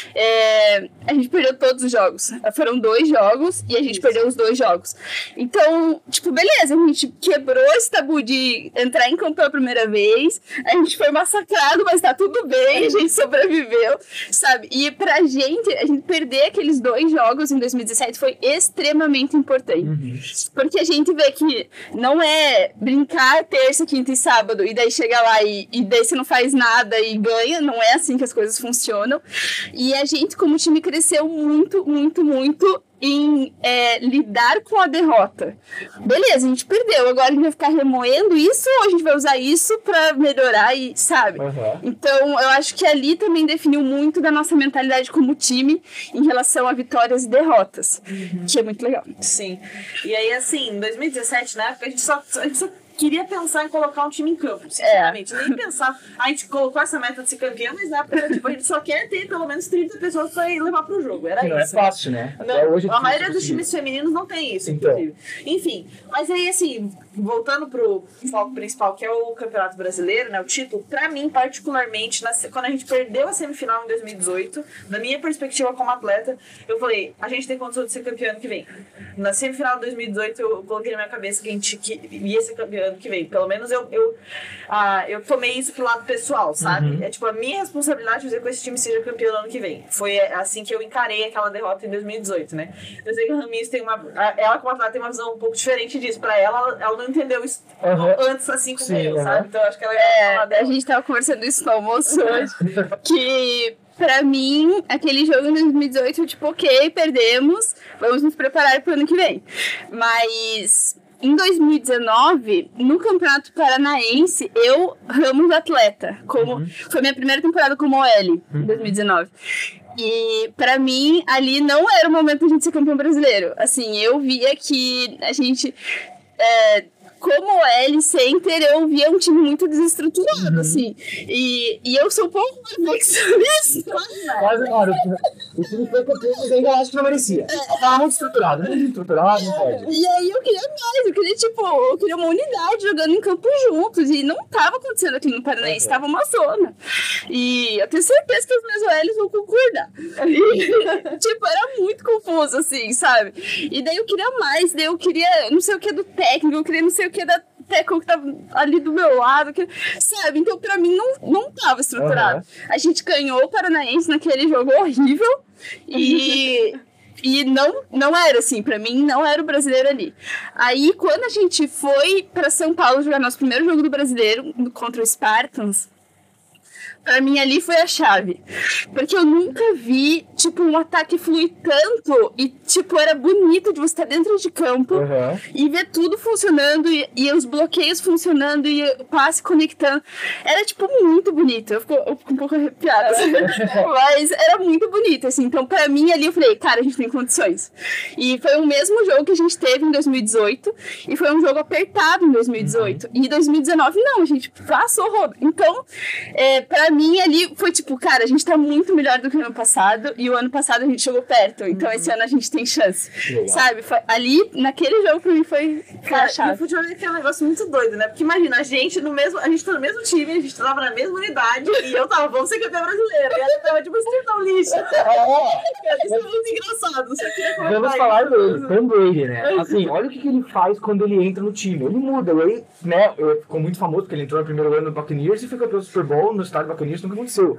Speaker 2: é, a gente perdeu todos os jogos. Foram dois jogos e a gente
Speaker 3: Isso.
Speaker 2: perdeu os dois jogos. Então, tipo, beleza, a gente quebrou esse tabu de entrar em campo pela primeira vez, a gente foi massacrado, mas tá tudo bem, a gente sobreviveu, sabe? E pra gente, a gente perder aqueles dois jogos em dois mil e dezessete foi extremamente importante.
Speaker 1: Uhum.
Speaker 2: Porque a gente vê que não é brincar terça, quinta e sábado e daí chega lá e, e daí você não faz nada e ganha, não é assim que as coisas funcionam. E a gente, como time, cresceu muito, muito, muito em é, lidar com a derrota. Beleza, a gente perdeu, agora a gente vai ficar remoendo isso ou a gente vai usar isso pra melhorar e, sabe?
Speaker 1: Uhum.
Speaker 2: Então, eu acho que ali também definiu muito da nossa mentalidade como time em relação a vitórias e derrotas, que é muito legal.
Speaker 3: Sim. E aí, assim, em dois mil e dezessete, na época, a gente só, a gente só queria pensar em colocar um time em campo, sinceramente. Nem pensar, a gente colocou essa meta de ser campeão, mas na época, tipo, a gente só quer ter pelo menos trinta pessoas pra ir levar pro jogo. Era
Speaker 1: Que não é
Speaker 3: isso.
Speaker 1: fácil, né?
Speaker 3: Não,
Speaker 1: Até hoje é
Speaker 3: a
Speaker 1: difícil
Speaker 3: maioria dos
Speaker 1: conseguir.
Speaker 3: times femininos não tem isso,
Speaker 1: Então.
Speaker 3: inclusive. Enfim, mas aí, assim, voltando pro foco principal, que é o Campeonato Brasileiro, né, o título, pra mim, particularmente, na, quando a gente perdeu a semifinal em dois mil e dezoito, na minha perspectiva como atleta, eu falei, a gente tem condição de ser campeão ano que vem. Na semifinal de dois mil e dezoito, eu coloquei na minha cabeça que a gente que ia ser campeão ano que vem. Pelo menos eu, eu, ah, eu tomei isso pro lado pessoal, sabe?
Speaker 1: Uhum.
Speaker 3: É tipo a minha responsabilidade fazer com que esse time seja campeão no ano que vem. Foi assim que eu encarei aquela derrota em dois mil e dezoito, né? Eu sei que a Ramis tem uma... Ela, como atleta, tem uma visão um pouco diferente disso. Pra ela, ela, ela não entendeu isso
Speaker 1: Uhum.
Speaker 3: antes, assim como
Speaker 1: Sim,
Speaker 3: eu,
Speaker 1: uhum.
Speaker 3: sabe? Então, eu acho que ela
Speaker 2: É,
Speaker 3: ia falar
Speaker 2: a
Speaker 3: dela.
Speaker 2: gente tava conversando isso no almoço hoje, que pra mim, aquele jogo em dois mil e dezoito, eu tipo, ok, perdemos, vamos nos preparar pro ano que vem. Mas em dois mil e dezenove, no Campeonato Paranaense, eu ramo de atleta, como
Speaker 1: Uhum.
Speaker 2: foi minha primeira temporada como O L, em dois mil e dezenove. E pra mim, ali não era o momento da gente ser campeão brasileiro. Assim, eu via que a gente... É, como L Center, eu via um time muito desestruturado,
Speaker 1: Uhum.
Speaker 2: assim. E, e eu sou um pouco perfeccionista.
Speaker 1: Quase, claro, o time foi campeão, mas ainda acho que não merecia. Tava muito estruturado, muito estruturado, não pode.
Speaker 2: E aí eu queria mais, eu queria, tipo, eu queria uma unidade jogando em campo juntos. E não tava acontecendo aqui no Paranaense,
Speaker 1: Uhum.
Speaker 2: tava uma zona. E eu tenho certeza que os meus O Ls vão concordar. E, tipo, era muito confuso, assim, sabe? E daí eu queria mais, daí eu queria não sei o que do técnico, eu queria não sei o que da técnico que tava ali do meu lado, que, sabe? Então, pra mim, não, não tava estruturado.
Speaker 1: Uhum.
Speaker 2: A gente ganhou o Paranaense naquele jogo horrível e... E não, não era assim, pra mim não era o brasileiro ali. Aí, quando a gente foi pra São Paulo jogar nosso primeiro jogo do brasileiro contra o Spartans, pra mim ali foi a chave. Porque eu nunca vi, tipo, um ataque fluir tanto e, tipo, era bonito de você estar dentro de campo
Speaker 1: Uhum.
Speaker 2: e ver tudo funcionando e, e os bloqueios funcionando e o passe conectando. Era, tipo, muito bonito. Eu fico, eu fico um pouco arrepiada. assim. Mas era muito bonito, assim. Então, pra mim, ali eu falei, cara, a gente tem condições. E foi o mesmo jogo que a gente teve em dois mil e dezoito e foi um jogo apertado em dois mil e dezoito. E em dois mil e dezenove, não, a gente passou o rodo. Então, é, pra mim ali foi tipo, cara, a gente tá muito melhor do que o ano passado e o ano passado a gente chegou perto, então uhum. esse ano a gente tem chance. Legal. Sabe? Foi, ali, naquele jogo pra mim foi, foi
Speaker 3: cara,
Speaker 2: a chave.
Speaker 3: O futebol é um negócio muito doido, né? Porque imagina, a gente no mesmo, a gente tá no mesmo time, a gente tava na mesma unidade e eu tava, vamos ser campeão brasileiro. E ela tava tipo, vocês estão lixo. Isso é muito engraçado.
Speaker 1: Vamos falar dele, Tom Brady, né? Assim, olha o que, que ele faz quando ele entra no time. Ele muda, ele, né? Ficou muito famoso porque ele entrou no primeiro ano no Buccaneers e foi campeão do Super Bowl no estádio Buccaneers, nunca aconteceu.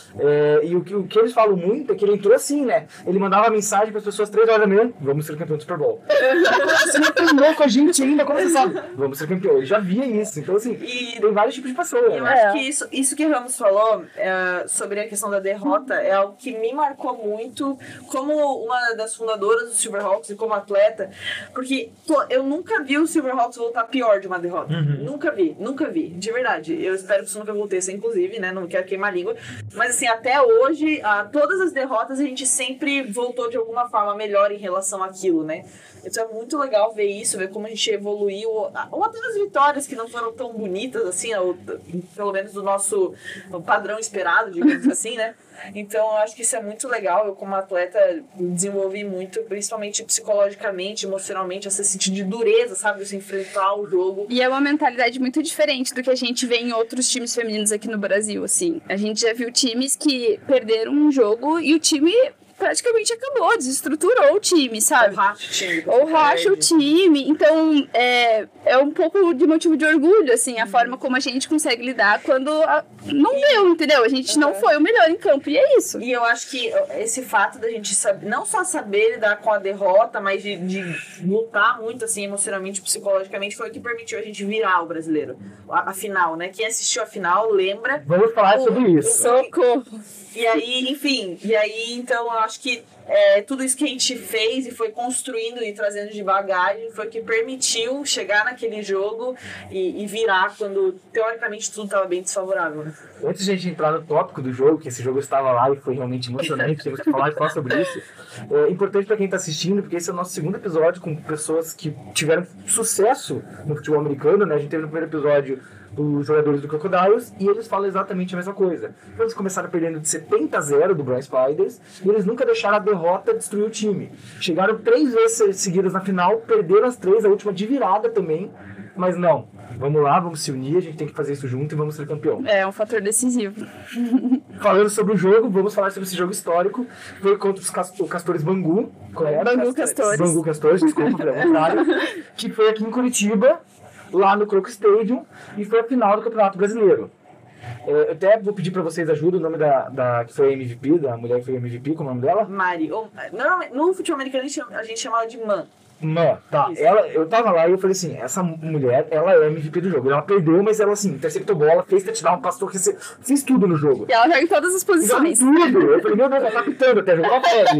Speaker 1: É, e o que, o que eles falam muito é que ele entrou assim, né? Ele mandava mensagem para as pessoas três horas da manhã: vamos ser campeão do Super Bowl. Você não terminou com a gente ainda, como você sabe? Vamos ser campeão. Ele já via isso. Então, assim, e tem vários tipos de pessoas.
Speaker 3: Eu né? acho que isso, isso que o Ramos falou é, sobre a questão da derrota é algo que me marcou muito como uma das fundadoras do Silverhawks e como atleta, porque pô, eu nunca vi o Silverhawks voltar pior de uma derrota. Uhum. Nunca vi, nunca vi, de verdade. Eu espero que isso nunca aconteça, inclusive, né? Não quero queimar a língua. Mas, assim, até hoje, a, todas as derrotas a gente sempre voltou de alguma forma melhor em relação àquilo, né? Então é muito legal ver isso, ver como a gente evoluiu, ou até as vitórias que não foram tão bonitas assim, ou, pelo menos do nosso padrão esperado, digamos assim, né? Então eu acho que isso é muito legal. Eu, como atleta, desenvolvi muito, principalmente psicologicamente, emocionalmente, esse sentido de dureza, sabe? Você enfrentar o jogo.
Speaker 2: E é uma mentalidade muito diferente do que a gente vê em outros times femininos aqui no Brasil, assim. A gente já viu times que perderam um jogo e o time praticamente acabou, desestruturou o time, sabe?
Speaker 3: Ou racha o time.
Speaker 2: Ou racha o time. Então, é, é um pouco de motivo de orgulho, assim, a uhum. forma como a gente consegue lidar quando a, não e... deu, entendeu? A gente uhum. não foi o melhor em campo, e é isso.
Speaker 3: E eu acho que esse fato da gente saber, não só saber lidar com a derrota, mas de, de lutar muito, assim, emocionalmente, psicologicamente, foi o que permitiu a gente virar o brasileiro. A, a final, né? Quem assistiu a final lembra...
Speaker 1: Vamos falar o, sobre isso.
Speaker 2: Socorro!
Speaker 3: E aí, enfim, e aí, então, eu acho que é, tudo isso que a gente fez e foi construindo e trazendo de bagagem foi o que permitiu chegar naquele jogo e, e virar quando, teoricamente, tudo estava bem desfavorável. Né?
Speaker 1: Antes de a gente entrar no tópico do jogo, que esse jogo estava lá e foi realmente emocionante, temos que falar e falar sobre isso, é importante para quem está assistindo, porque esse é o nosso segundo episódio com pessoas que tiveram sucesso no futebol americano, né? A gente teve no primeiro episódio os jogadores do Crocodiles, e eles falam exatamente a mesma coisa. Eles começaram perdendo de setenta a zero do Brown Spiders, e eles nunca deixaram a derrota destruir o time. Chegaram três vezes seguidas na final, perderam as três, a última de virada também, mas não. Vamos lá, vamos se unir, a gente tem que fazer isso junto e vamos ser campeão.
Speaker 2: É um fator decisivo.
Speaker 1: Falando sobre o jogo, vamos falar sobre esse jogo histórico. Foi contra os Cast- Castores Bangu.
Speaker 2: Correto? Bangu Castores.
Speaker 1: Bangu Castores, desculpa, foi ao contrário. Que foi aqui em Curitiba, lá no Croco Stadium, e foi a final do Campeonato Brasileiro. Eu até vou pedir pra vocês ajuda o nome da, da que foi a M V P, da mulher que foi a M V P, como é o nome dela?
Speaker 3: Mari. Ou, normalmente, no futebol americano a gente, chama, a gente chama ela de Man.
Speaker 1: Mano, tá, ela, eu tava lá e eu falei assim, essa mulher, ela é a M V P do jogo. Ela perdeu, mas ela assim, interceptou bola, fez touchdown, passou, fez tudo no jogo.
Speaker 2: E ela joga em todas as posições.
Speaker 1: Joga tudo. Eu falei, meu Deus, ela tá pitando até, jogou a pele.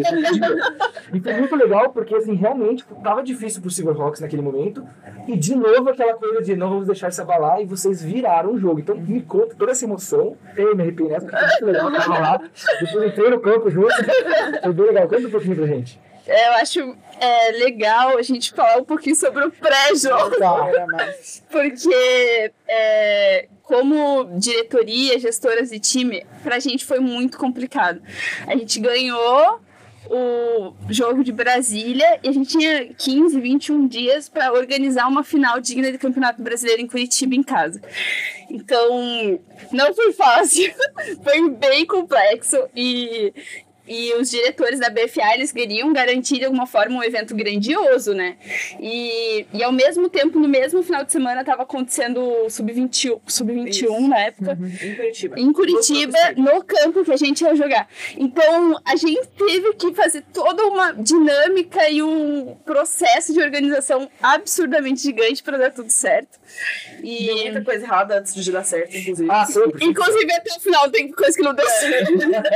Speaker 1: E foi muito legal, porque assim, realmente, tava difícil pro Silverhawks naquele momento. E de novo aquela coisa de não vamos deixar se abalar, e vocês viraram o jogo. Então me conta toda essa emoção. Eu me arrepiei nessa, porque foi muito legal, eu tava lá. Depois entrei no campo junto. Foi bem legal. Conta um pouquinho pra gente.
Speaker 2: Eu acho é, legal a gente falar um pouquinho sobre o pré-jogo. Porque, é, como diretoria, gestoras de time, pra gente foi muito complicado. A gente ganhou o jogo de Brasília e a gente tinha quinze, vinte e um dias para organizar uma final digna de Campeonato Brasileiro em Curitiba, em casa. Então, não foi fácil, foi bem complexo e... E os diretores da B F A, eles queriam garantir de alguma forma um evento grandioso, né? E, e ao mesmo tempo, no mesmo final de semana, estava acontecendo o sub vinte e um, sub vinte e um na época.
Speaker 3: Uhum. Em Curitiba.
Speaker 2: Em Curitiba, no campo que a gente ia jogar. Então, a gente teve que fazer toda uma dinâmica e um processo de organização absurdamente gigante para dar tudo certo.
Speaker 3: E deu muita coisa errada antes de dar certo, inclusive.
Speaker 1: Ah, sempre.
Speaker 2: Inclusive, até o final tem coisa que não deu certo.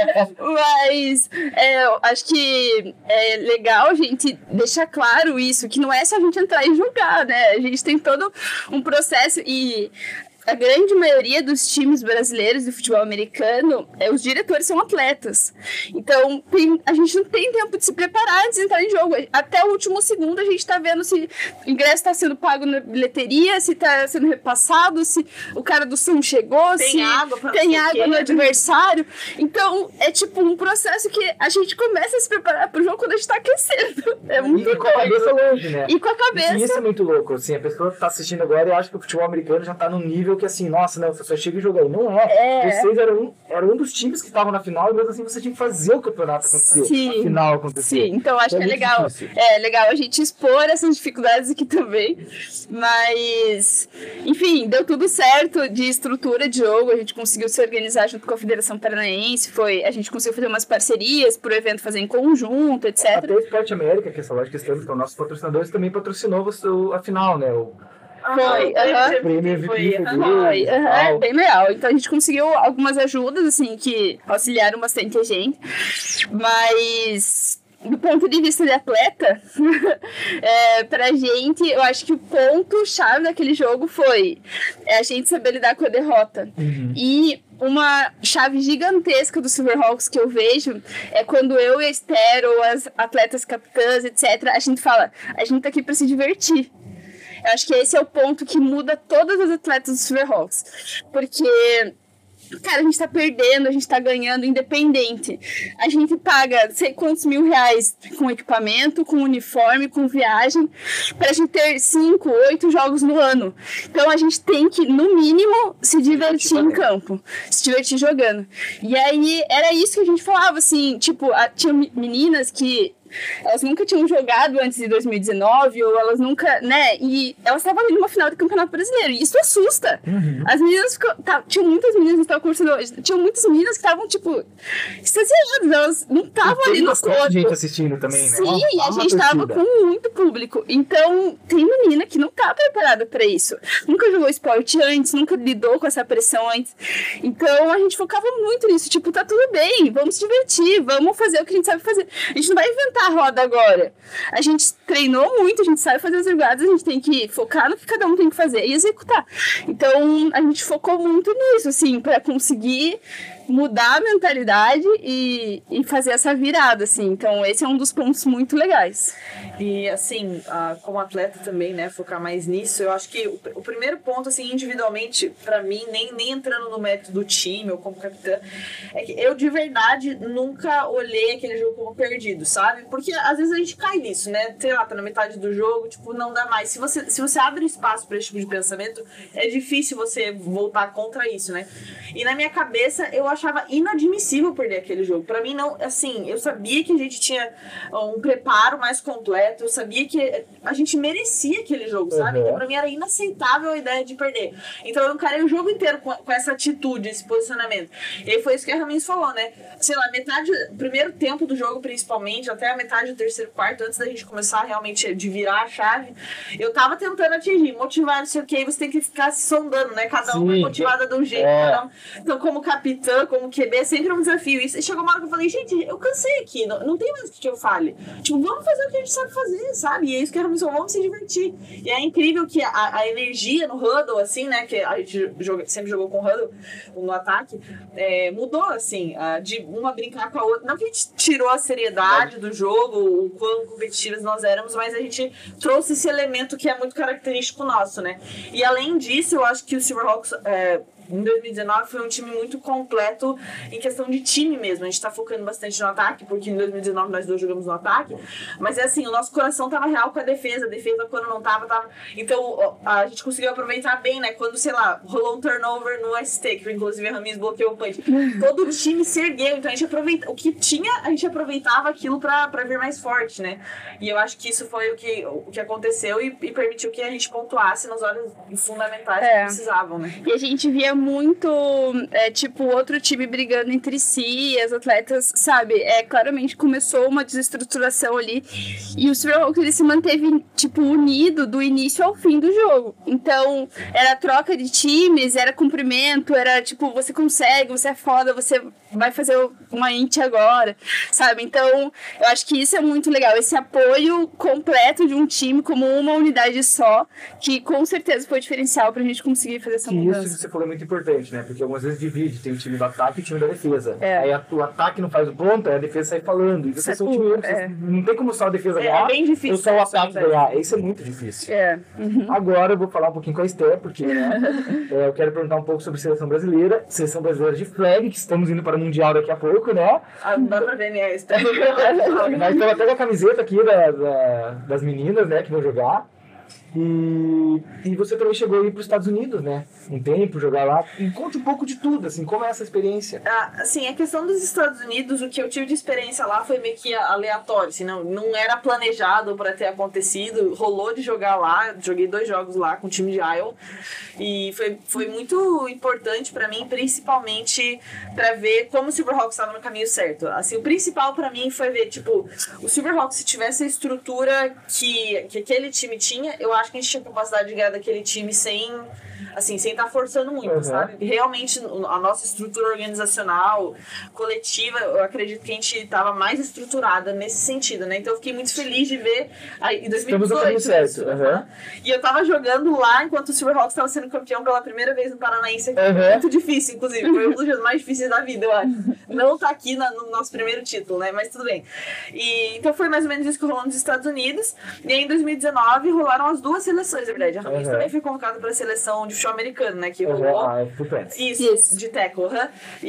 Speaker 2: Mas é, acho que é legal a gente deixar claro isso, que não é só a gente entrar e jogar, né? A gente tem todo um processo e a grande maioria dos times brasileiros de futebol americano, é, os diretores são atletas. Então, tem, a gente não tem tempo de se preparar antes de entrar em jogo. Até o último segundo, a gente está vendo se o ingresso está sendo pago na bilheteria, se está sendo repassado, se o cara do som chegou,
Speaker 3: tem
Speaker 2: se
Speaker 3: água, pra
Speaker 2: tem água
Speaker 3: que...
Speaker 2: no adversário. Então, é tipo um processo que a gente começa a se preparar para o jogo quando a gente está aquecendo. É muito
Speaker 1: E com a cabeça longe, né?
Speaker 2: E com a cabeça.
Speaker 1: E isso é muito louco, assim, a pessoa tá assistindo agora e acha que o futebol americano já tá num nível que assim, nossa, não, você só chega e joga aí. Não é.
Speaker 2: É.
Speaker 1: Vocês eram um, eram um dos times que estavam na final e mesmo assim você tinha que fazer o campeonato acontecer.
Speaker 2: Sim.
Speaker 1: A final acontecer.
Speaker 2: Sim, então acho
Speaker 1: é
Speaker 2: que é legal.
Speaker 1: Difícil.
Speaker 2: É legal a gente expor essas dificuldades aqui também. Mas, enfim, deu tudo certo de estrutura de jogo. A gente conseguiu se organizar junto com a Federação Paranaense. Foi, a gente conseguiu fazer umas parcerias pro evento fazer em conjunto, etcétera.
Speaker 1: Até o Esporte América, que é essa loja que estamos com nossos patrocinadores, também patrocinou o, a final, né? O,
Speaker 2: Foi, aham.
Speaker 1: o prêmio M V P
Speaker 2: Foi,
Speaker 1: foi
Speaker 2: aham, bem legal. Então a gente conseguiu algumas ajudas, assim, que auxiliaram bastante a gente. Mas, do ponto de vista de atleta, é, pra gente, eu acho que o ponto-chave daquele jogo foi a gente saber lidar com a derrota.
Speaker 1: Uhum.
Speaker 2: E uma chave gigantesca do Silverhawks que eu vejo é quando eu e a Esther, ou as atletas capitãs, etcétera, a gente fala, a gente tá aqui pra se divertir. Eu acho que esse é o ponto que muda todas as atletas do Silverhawks. Porque, cara, a gente tá perdendo, a gente tá ganhando, independente. A gente paga sei quantos mil reais com equipamento, com uniforme, com viagem, pra gente ter cinco, oito jogos no ano. Então a gente tem que, no mínimo, se divertir em campo. Se divertir jogando. E aí, era isso que a gente falava, assim, tipo, a, tinha meninas que elas nunca tinham jogado antes de dois mil e dezenove, ou elas nunca, né, e elas estavam ali numa final do Campeonato Brasileiro, e isso assusta.
Speaker 1: Uhum.
Speaker 2: As meninas ficam, tá, tinham muitas meninas que estavam conversando hoje, tinham muitas meninas que estavam, tipo, extasiadas, elas não estavam ali no
Speaker 1: corpo. Tem gente assistindo também, né?
Speaker 2: Sim,
Speaker 1: Ó,
Speaker 2: a gente tava com muito público, então tem menina que não tá preparada pra isso, nunca jogou esporte antes, nunca lidou com essa pressão antes, então a gente focava muito nisso, tipo, tá tudo bem, vamos se divertir, vamos fazer o que a gente sabe fazer, a gente não vai inventar a roda agora. A gente treinou muito, a gente sabe fazer as jogadas, a gente tem que focar no que cada um tem que fazer e executar. Então, a gente focou muito nisso, assim, para conseguir mudar a mentalidade e, e fazer essa virada, assim. Então, esse é um dos pontos muito legais.
Speaker 3: E, assim, ah, como atleta também, né, focar mais nisso, eu acho que o, o primeiro ponto, assim, individualmente, pra mim, nem, nem entrando no mérito do time ou como capitã, é que eu, de verdade, nunca olhei aquele jogo como perdido, sabe? Porque, às vezes, a gente cai nisso, né? Sei lá, tá na metade do jogo, tipo, não dá mais. Se você, se você abre espaço pra esse tipo de pensamento, é difícil você voltar contra isso, né? E na minha cabeça, eu achava inadmissível perder aquele jogo. Pra mim, não, assim, eu sabia que a gente tinha um preparo mais completo, eu sabia que a gente merecia aquele jogo, sabe?
Speaker 1: Uhum.
Speaker 3: Então, pra mim, era inaceitável a ideia de perder. Então, eu encarei o jogo inteiro com, com essa atitude, esse posicionamento. E aí foi isso que a Raminhos falou, né? Sei lá, metade, primeiro tempo do jogo, principalmente, até a metade do terceiro quarto, antes da gente começar realmente de virar a chave, eu tava tentando atingir, motivar, não sei o que, aí você tem que ficar se sondando, né? Cada uma
Speaker 1: Sim,
Speaker 3: motivada de um jeito,
Speaker 1: é.
Speaker 3: cada um. Então, como capitã, como Q B, é sempre um desafio. E chegou uma hora que eu falei, gente, eu cansei aqui, não, não tem mais o que eu fale. Tipo, vamos fazer o que a gente sabe fazer, sabe? E é isso que a Raminhos falou, vamos se divertir. E é incrível que a, a energia no huddle, assim, né? Que a gente joga, sempre jogou com huddle no ataque, é, mudou, assim, de uma brincar com a outra. Não que a gente tirou a seriedade do jogo, o quão competitivas nós éramos, mas a gente trouxe esse elemento que é muito característico nosso, né? E além disso, eu acho que o Silverhawks, é, em dois mil e dezenove, foi um time muito completo em questão de time mesmo. A gente tá focando bastante no ataque, porque em dois mil e dezenove nós dois jogamos no ataque. Mas é assim, o nosso coração tava real com a defesa. A defesa, quando não tava, tava... Então, a gente conseguiu aproveitar bem, né? Quando, sei lá, rolou um turnover no S T, que inclusive a Raminhos bloqueou o punch. Todo o time se ergueu. Então, a gente aproveita... O que tinha, a gente aproveitava aquilo pra, pra vir mais forte, né? E eu acho que isso foi o que, o que aconteceu e, e permitiu que a gente pontuasse nas horas fundamentais
Speaker 2: É.
Speaker 3: que precisavam, né?
Speaker 2: E a gente via muito, é, tipo, outro time brigando entre si, as atletas, sabe? É, claramente começou uma desestruturação ali. E o Silverhawks, ele se manteve, tipo, unido do início ao fim do jogo. Então, era troca de times, era cumprimento, era, tipo, você consegue, você é foda, você vai fazer uma int agora, sabe? Então, eu acho que isso é muito legal, esse apoio completo de um time como uma unidade só, que com certeza foi diferencial pra gente conseguir fazer essa
Speaker 1: que
Speaker 2: mudança.
Speaker 1: Isso que você falou é muito importante, né? Porque algumas vezes divide, tem o time do ataque e o time da defesa.
Speaker 2: É.
Speaker 1: Aí a, o ataque não faz o ponto, aí a defesa sai falando. E vocês são um time, vocês,
Speaker 2: é.
Speaker 1: não tem como só a defesa
Speaker 3: É,
Speaker 1: ganhar,
Speaker 3: é bem difícil,
Speaker 1: ou só o ataque
Speaker 3: né?
Speaker 1: ganhar. Isso é muito difícil.
Speaker 2: É. Uhum.
Speaker 1: Agora eu vou falar um pouquinho com a Esther, porque né, é, eu quero perguntar um pouco sobre a seleção brasileira, seleção brasileira de flag, que estamos indo para o Mundial daqui a pouco, né?
Speaker 3: Ah, não dá pra ver minha extra.
Speaker 1: Nós estamos até com a camiseta aqui da, da, das meninas, né, que vão jogar. E, e você também chegou a ir para os Estados Unidos, né? Um tempo, jogar lá. E conte um pouco de tudo, assim, como é essa experiência?
Speaker 3: Ah, assim, a questão dos Estados Unidos, o que eu tive de experiência lá foi meio que aleatório, assim, não, não era planejado para ter acontecido, rolou de jogar lá, joguei dois jogos lá com o time de Iowa, e foi, foi muito importante para mim, principalmente para ver como o Silverhawks estava no caminho certo. Assim, o principal para mim foi ver, tipo, o Silverhawks, se tivesse a estrutura que, que aquele time tinha, eu acho que a gente tinha capacidade de ganhar daquele time sem, assim, sem estar forçando muito,
Speaker 1: uhum.
Speaker 3: sabe? Realmente, a nossa estrutura organizacional, coletiva, eu acredito que a gente estava mais estruturada nesse sentido, né? Então eu fiquei muito feliz de ver aí, em dois mil e dezoito.
Speaker 1: Estamos no caminho certo. Uhum.
Speaker 3: E eu tava jogando lá enquanto o Silverhawks estava sendo campeão pela primeira vez no Paranaense.
Speaker 1: Uhum.
Speaker 3: Muito difícil, inclusive. Foi um dos dias mais difíceis da vida, eu acho. Não tá aqui na, no nosso primeiro título, né? Mas tudo bem. E, então foi mais ou menos isso que rolou nos Estados Unidos. E aí em dois mil e dezenove rolaram as duas seleções, na verdade. A Ramis
Speaker 1: uhum.
Speaker 3: também foi convocada para a seleção de futebol americano, né? Que
Speaker 1: uhum.
Speaker 3: rolou.
Speaker 1: Ah, é
Speaker 3: isso,
Speaker 2: isso,
Speaker 3: de tackle. Uhum.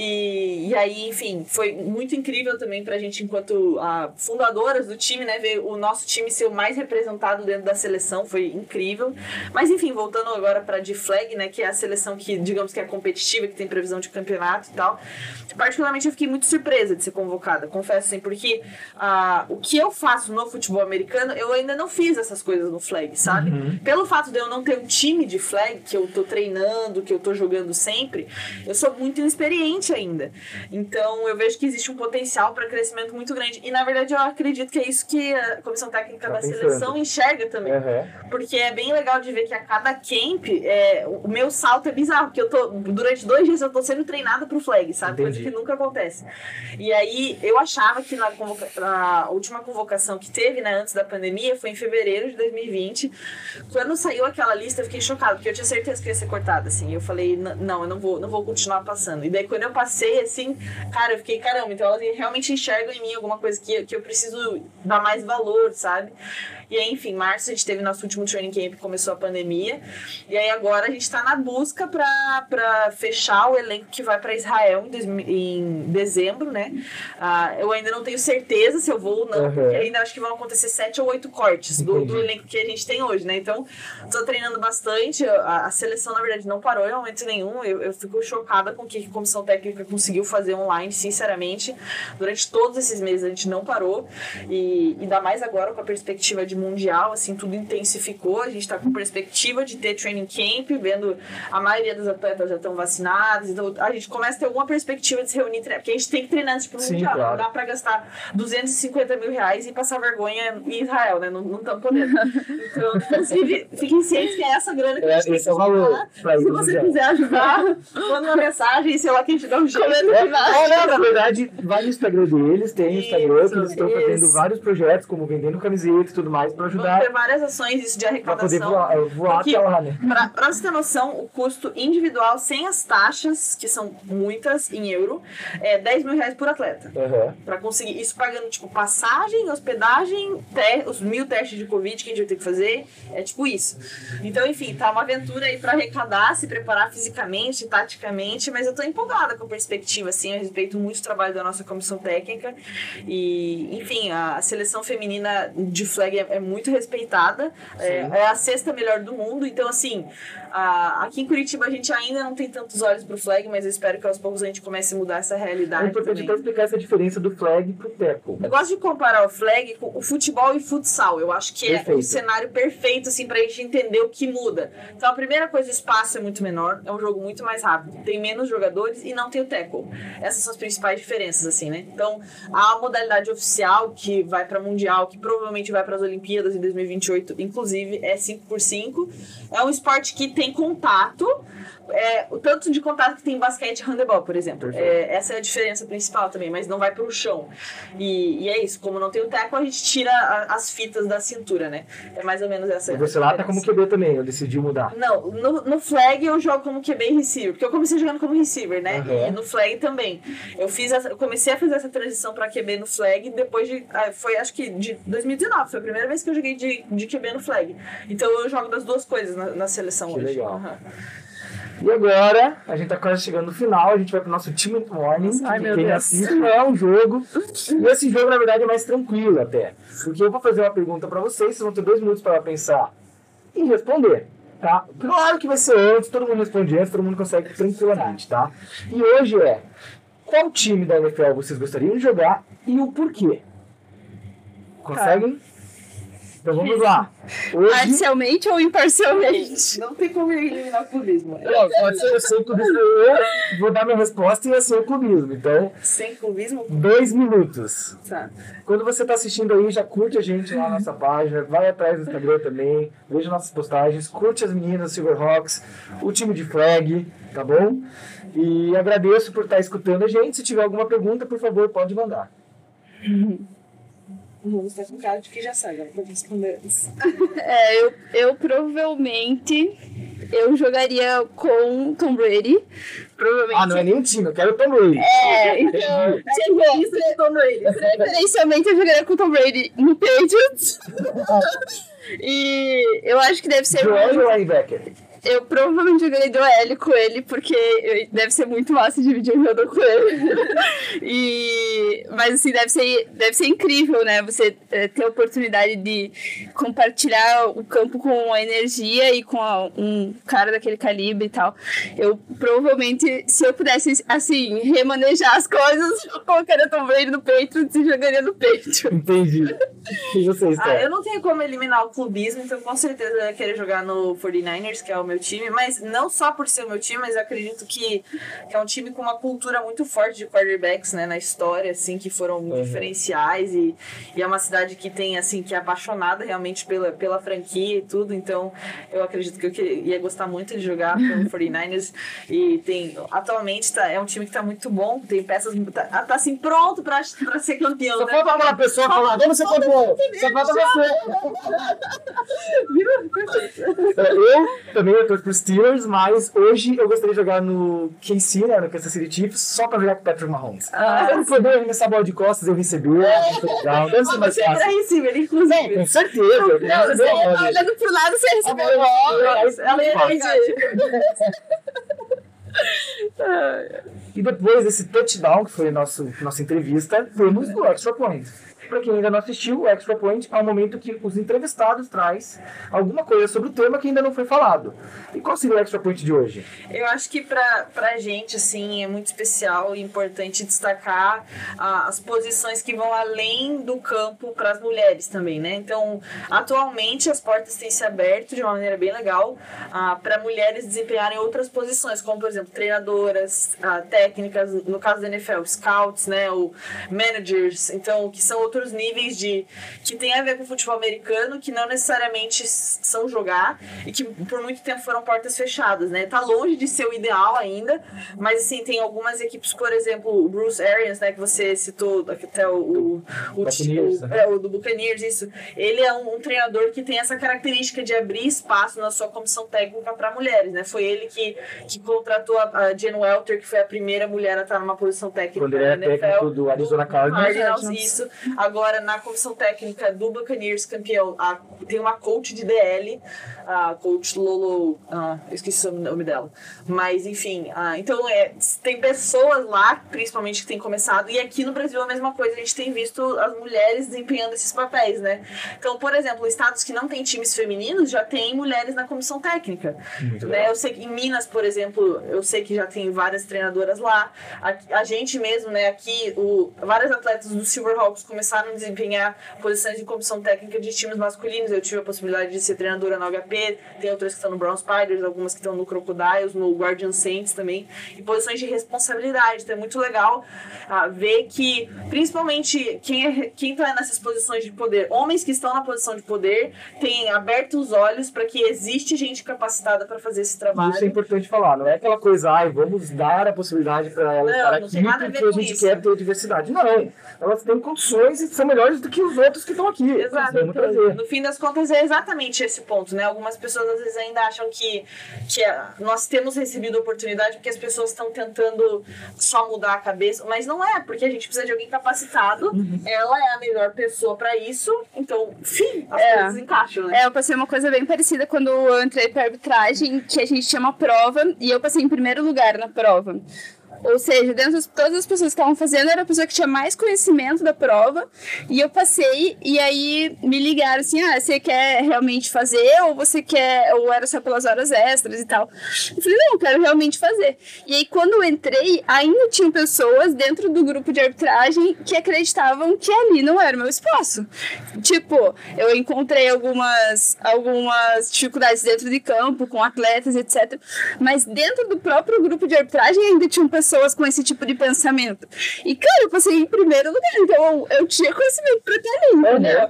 Speaker 3: E, e aí, enfim, foi muito incrível também pra gente, enquanto a, fundadoras do time, né? Ver o nosso time ser o mais representado dentro da seleção. Foi incrível. Mas, enfim, voltando agora pra D-Flag, né? Que é a seleção que, digamos que é competitiva, que tem previsão de campeonato e tal. Particularmente, eu fiquei muito surpresa de ser convocada, confesso assim, porque ah, o que eu faço no futebol americano, eu ainda não fiz essas coisas no flag, sabe?
Speaker 1: Uhum.
Speaker 3: Pelo fato de eu não ter um time de flag, que eu tô treinando, que eu tô jogando sempre, eu sou muito inexperiente ainda. Então, eu vejo que existe um potencial para crescimento muito grande. E, na verdade, eu acredito que é isso que a comissão técnica tá da pensando. Seleção enxerga também.
Speaker 1: Uhum.
Speaker 3: Porque é bem legal de ver que a cada camp, é, o meu salto é bizarro, porque eu tô, durante dois dias eu tô sendo treinada pro flag, sabe? Coisa que nunca acontece. E aí, eu achava que na, convoca- na última convocação que teve, né, antes da pandemia, foi em fevereiro de dois mil e vinte. Quando saiu aquela lista, eu fiquei chocada, porque eu tinha certeza que ia ser cortada, assim. Eu falei, não, eu não vou, não vou continuar passando. E daí, quando eu passei, assim, cara, eu fiquei, caramba, então elas realmente enxergam em mim alguma coisa que, que eu preciso dar mais valor, sabe? E aí, enfim, março a gente teve nosso último training camp, começou a pandemia. E aí agora a gente tá na busca pra, pra fechar o elenco que vai pra Israel em, dois, em dezembro, né? Ah, eu ainda não tenho certeza se eu vou ou não, uhum. porque ainda acho que vão acontecer sete ou oito cortes do, do elenco que a gente tem hoje, né? Então, tô treinando bastante. A, a seleção, na verdade, não parou em momento nenhum. Eu, eu fico chocada com o que a comissão técnica conseguiu fazer online, sinceramente. Durante todos esses meses a gente não parou. E ainda mais agora com a perspectiva de mundial, assim, tudo intensificou. A gente tá com perspectiva de ter training camp, vendo a maioria dos atletas já estão vacinados, então a gente começa a ter alguma perspectiva de se reunir, porque a gente tem que treinar antes pro
Speaker 1: Sim,
Speaker 3: mundial,
Speaker 1: claro.
Speaker 3: Não dá pra gastar duzentos e cinquenta mil reais e passar vergonha em Israel, né, não estamos podendo. Então, inclusive, fiquem cientes que é essa grana que a gente
Speaker 1: é, esse é o valor.
Speaker 3: Se você quiser ajudar, manda uma mensagem, sei lá, que a gente dá um jeito.
Speaker 1: É, não, não, na verdade, vai no Instagram deles, tem o Instagram, que eles estão fazendo vários projetos, como vendendo camiseta e tudo mais, pra ajudar.
Speaker 3: Vão ter várias ações isso de arrecadação.
Speaker 1: Pra poder voar, voar até lá, né?
Speaker 3: Pra, pra você ter noção, o custo individual, sem as taxas, que são muitas em euro, é dez mil reais por atleta.
Speaker 1: Uhum.
Speaker 3: Pra conseguir isso pagando, tipo, passagem, hospedagem, te, os mil testes de Covid que a gente vai ter que fazer, é tipo isso. Então, enfim, tá uma aventura aí pra arrecadar, se preparar fisicamente, taticamente, mas eu tô empolgada com a perspectiva, assim, eu respeito muito o trabalho da nossa comissão técnica e, enfim, a, a seleção feminina de flag é, é muito respeitada, é, é a sexta melhor do mundo, então assim, a, aqui em Curitiba a gente ainda não tem tantos olhos pro flag, mas eu espero que aos poucos a gente comece a mudar essa realidade.
Speaker 1: É importante até explicar essa diferença do flag pro tackle.
Speaker 3: Eu gosto de comparar o flag com o futebol e futsal, eu acho que
Speaker 1: Perfeito.
Speaker 3: é um cenário perfeito assim, pra gente entender o que muda. Então a primeira coisa, o espaço é muito menor, é um jogo muito mais rápido, tem menos jogadores e não tem o tackle. Essas são as principais diferenças, assim, né? Então, a modalidade oficial que vai para Mundial, que provavelmente vai para as Olimpíadas em dois mil e vinte e oito, inclusive, é cinco por cinco. É um esporte que tem contato, é, o tanto de contato que tem em basquete e handebol, por exemplo. É, essa é a diferença principal também, mas não vai para o chão. E, e é isso, como não tem o tackle, a gente tira a, as fitas da cintura, né? É mais ou menos essa.
Speaker 1: E você lá tá como Q B também, eu decidi mudar.
Speaker 3: Não, no, no flag eu jogo como Q B e receiver, porque eu comecei jogando como receiver, né?
Speaker 1: Uhum.
Speaker 3: E no flag também. Eu fiz essa, eu comecei a fazer essa transição pra Q B no flag depois de. Foi acho que de dois mil e dezenove, foi a primeira vez que eu joguei de, de Q B no flag. Então eu jogo das duas coisas na, na seleção
Speaker 1: Que
Speaker 3: hoje.
Speaker 1: legal.
Speaker 3: Uhum.
Speaker 1: E agora, a gente tá quase chegando no final, a gente vai pro nosso Team Warning.
Speaker 3: Ai, meu
Speaker 1: Quem
Speaker 3: Deus.
Speaker 1: assiste é um jogo. E esse jogo, na verdade, é mais tranquilo até. Porque eu vou fazer uma pergunta pra vocês, vocês vão ter dois minutos para pensar e responder. Tá? Claro que vai ser antes, todo mundo responde antes, todo mundo consegue tranquilamente, tá? E hoje é, qual time da N F L vocês gostariam de jogar e o porquê? Conseguem? Tá. Então vamos lá. Hoje...
Speaker 2: Parcialmente ou imparcialmente?
Speaker 3: Não tem como eliminar o clubismo.
Speaker 1: Não, pode ser, eu sei o clubismo. Eu vou dar minha resposta e eu sei o clubismo. Então,
Speaker 3: sem clubismo?
Speaker 1: Dois minutos.
Speaker 3: Tá.
Speaker 1: Quando você tá assistindo aí, já curte a gente lá na nossa página, vai atrás do Instagram também, veja nossas postagens, curte as meninas Silverhawks, o time de flag, tá bom? E agradeço por estar escutando a gente. Se tiver alguma pergunta, por favor, pode mandar.
Speaker 3: Você está com cara de que já sabe, não pode responder antes.
Speaker 2: É, eu, eu provavelmente eu jogaria com Tom Brady. Provavelmente.
Speaker 1: Ah, não é nem um time, eu quero o Tom Brady.
Speaker 2: É, então, tipo,
Speaker 3: Tom Brady.
Speaker 2: preferencialmente eu jogaria com Tom Brady no Patriots. E eu acho que deve ser.
Speaker 1: Joel ou linebacker?
Speaker 2: Eu provavelmente jogaria de O L com ele, porque deve ser muito massa dividir um jogador com ele. E, mas assim, deve ser, deve ser incrível, né? Você é, ter a oportunidade de compartilhar o campo com a energia e com a, um cara daquele calibre e tal. Eu provavelmente, se eu pudesse, assim, remanejar as coisas, eu colocaria Tom Brady no Patriots e jogaria no Patriots.
Speaker 1: Entendi. E vocês, tá?
Speaker 3: Ah, eu não tenho como eliminar o clubismo, então com certeza eu ia querer jogar no forty-niners, que é o meu time, mas não só por ser o meu time, mas eu acredito que, que é um time com uma cultura muito forte de quarterbacks, né, na história, assim, que foram uhum. diferenciais e, e é uma cidade que tem, assim, que é apaixonada realmente pela, pela franquia e tudo, então eu acredito que eu queria, ia gostar muito de jogar pelo forty-niners e tem, atualmente tá, é um time que tá muito bom, tem peças, tá, tá assim, pronto pra, pra ser campeão.
Speaker 1: Só
Speaker 3: né?
Speaker 1: falta aquela pessoa falar, vamos ser campeão, só falta você. Eu também eu torço pro Steelers, mas hoje eu gostaria de jogar no K C, né, no Kansas City Chiefs, só pra jogar com o Patrick Mahomes. Ah. Eu não poder arremessar a bola de costas, eu receber, muito legal, deve ser mais
Speaker 3: fácil. Você é pra receiver, inclusive.
Speaker 1: Com certeza.
Speaker 2: Não, não, você tá olhando pro lado, você recebeu a bola.
Speaker 1: E depois desse touchdown, que foi a nossa, nossa entrevista, temos o Extra Point. Para quem ainda não assistiu, o Extra Point é um momento que os entrevistados traz alguma coisa sobre o tema que ainda não foi falado. E qual seria o Extra Point de hoje?
Speaker 3: Eu acho que pra, pra gente, assim, é muito especial e importante destacar ah, as posições que vão além do campo para as mulheres também, né? Então, atualmente as portas têm se aberto de uma maneira bem legal ah, para mulheres desempenharem outras posições, como, por exemplo, treinadoras, ah, técnicas, no caso da N F L, scouts, né? Ou managers, então, que são outros níveis de que tem a ver com o futebol americano, que não necessariamente são jogar e que por muito tempo foram portas fechadas, né? Tá longe de ser o ideal ainda, mas assim, tem algumas equipes, por exemplo, o Bruce Arians, né, que você citou até o, o, o, o, é, o do Buccaneers, isso. Ele é um, um treinador que tem essa característica de abrir espaço na sua comissão técnica para mulheres, né? Foi ele que, que contratou a, a Jen Welter, que foi a primeira mulher a estar numa posição técnica
Speaker 1: quando ele era técnico do Arizona Cardinals.
Speaker 3: Isso. agora na comissão técnica do Buccaneers campeão, a, tem uma coach de D L, a coach Lolo, ah, eu esqueci o nome dela, mas enfim, ah, então é, tem pessoas lá, principalmente que têm começado, e aqui no Brasil a mesma coisa, a gente tem visto as mulheres desempenhando esses papéis, né? Então, por exemplo, estados que não têm times femininos já tem mulheres na comissão técnica, né? Eu sei que em Minas, por exemplo, eu sei que já tem várias treinadoras lá, a, a gente mesmo, né, aqui, o, vários atletas do Silverhawks começaram a desempenhar posições de comissão técnica de times masculinos. Eu tive a possibilidade de ser treinadora no H P, tem outras que estão no Brown Spiders, algumas que estão no Crocodiles, no Guardian Saints também, e posições de responsabilidade. Então é muito legal uh, ver que, principalmente, quem é, quem está nessas posições de poder, homens que estão na posição de poder, têm aberto os olhos para que existe gente capacitada para fazer esse trabalho.
Speaker 1: Isso é importante falar, não é aquela coisa, ai, vamos dar a possibilidade para elas estar aqui porque a gente isso. quer ter diversidade. Não, elas têm condições e são melhores do que os outros que estão aqui.
Speaker 3: Exato. No fim das contas é exatamente esse ponto, né? Algumas pessoas às vezes ainda acham que, que nós temos recebido oportunidade porque as pessoas estão tentando só mudar a cabeça, mas não é, porque a gente precisa de alguém capacitado, uhum. Ela é a melhor pessoa para isso, então, enfim, as é. coisas encaixam, né?
Speaker 2: É, eu passei uma coisa bem parecida quando eu entrei para arbitragem, que a gente tinha uma prova e eu passei em primeiro lugar na prova. Ou seja, dentro de todas as pessoas que estavam fazendo, era a pessoa que tinha mais conhecimento da prova. E eu passei, e aí me ligaram assim, ah, você quer realmente fazer? Ou você quer, ou era só pelas horas extras e tal? Eu falei, não, eu quero realmente fazer. E aí, quando eu entrei, ainda tinham pessoas dentro do grupo de arbitragem que acreditavam que ali não era o meu espaço. Tipo, eu encontrei algumas, algumas dificuldades dentro de campo, com atletas, etcétera. Mas dentro do próprio grupo de arbitragem ainda tinham pessoas pessoas com esse tipo de pensamento. E, cara, eu passei em primeiro lugar, então eu tinha conhecimento pra estar ali, entendeu?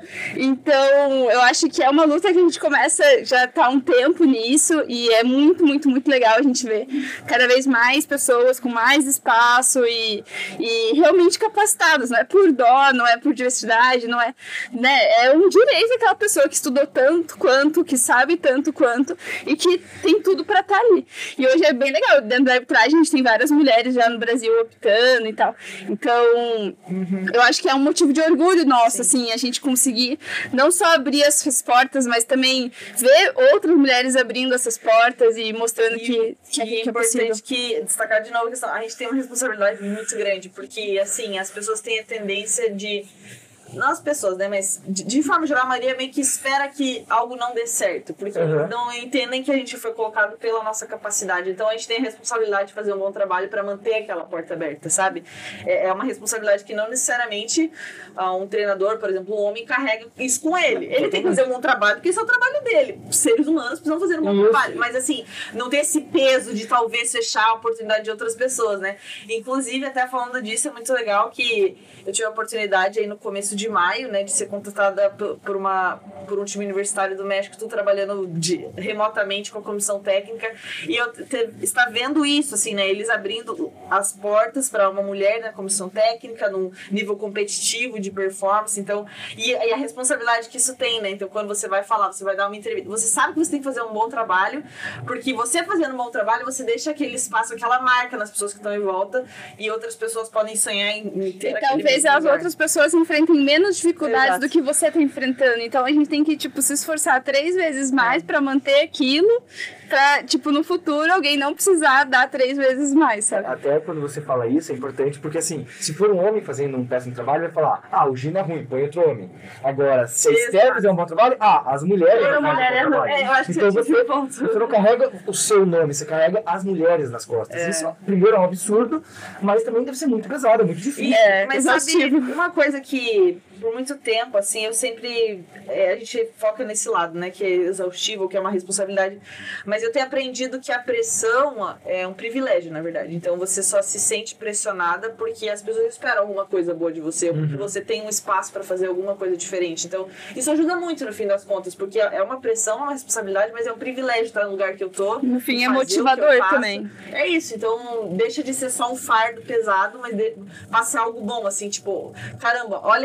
Speaker 2: Então, eu acho que é uma luta que a gente começa, já tá há um tempo nisso, e é muito, muito, muito legal a gente ver cada vez mais pessoas com mais espaço e, e realmente capacitadas, não é por dó, não é por diversidade, não é, né, é um direito daquela pessoa que estudou tanto quanto, que sabe tanto quanto, e que tem tudo pra estar ali. E hoje é bem legal, dentro da arbitragem a gente tem várias mulheres já no Brasil optando e tal. Então, uhum. eu acho que é um motivo de orgulho nosso, Sim. assim, a gente conseguir não só abrir essas portas, mas também ver outras mulheres abrindo essas portas e mostrando e, que, que,
Speaker 3: e
Speaker 2: que
Speaker 3: é importante que destacar de novo a questão, a gente tem uma responsabilidade muito grande, porque, assim, as pessoas têm a tendência de não as pessoas, né, mas de, de forma geral a maioria meio que espera que algo não dê certo, porque uhum. não entendem que a gente foi colocado pela nossa capacidade, então a gente tem a responsabilidade de fazer um bom trabalho para manter aquela porta aberta, sabe? É, é uma responsabilidade que não necessariamente uh, um treinador, por exemplo, um homem carrega isso com ele, ele tem que fazer um bom trabalho, porque esse é o trabalho dele, os seres humanos precisam fazer um bom isso. trabalho, mas assim, não ter esse peso de talvez fechar a oportunidade de outras pessoas, né? Inclusive, até falando disso, é muito legal que eu tive a oportunidade aí no começo de maio, né, de ser contratada por, uma, por um time universitário do México. Estou trabalhando de, remotamente com a comissão técnica e eu te, está vendo isso, assim, né, eles abrindo as portas para uma mulher na comissão técnica, num nível competitivo de performance, então, e, e a responsabilidade que isso tem, né, então quando você vai falar, você vai dar uma entrevista, você sabe que você tem que fazer um bom trabalho, porque você fazendo um bom trabalho, você deixa aquele espaço, aquela marca nas pessoas que estão em volta e outras pessoas podem sonhar em, em ter
Speaker 2: aquele talvez as lugar. Outras pessoas enfrentem menos dificuldades Exato. Do que você está enfrentando. Então a gente tem que, tipo, se esforçar três vezes mais é. Para manter aquilo, pra, tipo, no futuro alguém não precisar dar três vezes mais, sabe?
Speaker 1: Até quando você fala isso é importante, porque assim, se for um homem fazendo um péssimo trabalho, vai falar, ah, o Gino é ruim, põe outro homem. Agora, se a Esther fizer um bom trabalho, ah, as mulheres
Speaker 3: fazem um bom trabalho. É, eu acho
Speaker 1: então
Speaker 3: que
Speaker 1: você, você não carrega o seu nome, você carrega as mulheres nas costas. É. Isso, primeiro, é um absurdo, mas também deve ser muito pesado, é muito difícil.
Speaker 3: É, mas sabe, uma coisa que por muito tempo, assim, eu sempre... É, a gente foca nesse lado, né? Que é exaustivo, que é uma responsabilidade. Mas eu tenho aprendido que a pressão é um privilégio, na verdade. Então, você só se sente pressionada porque as pessoas esperam alguma coisa boa de você. Ou porque você tem um espaço para fazer alguma coisa diferente. Então, isso ajuda muito, no fim das contas. Porque é uma pressão, é uma responsabilidade, mas é um privilégio estar no lugar que eu tô.
Speaker 2: No fim, é motivador também.
Speaker 3: É isso. Então, deixa de ser só um fardo pesado, mas de, passar algo bom, assim. Tipo, caramba, olha que oportunidade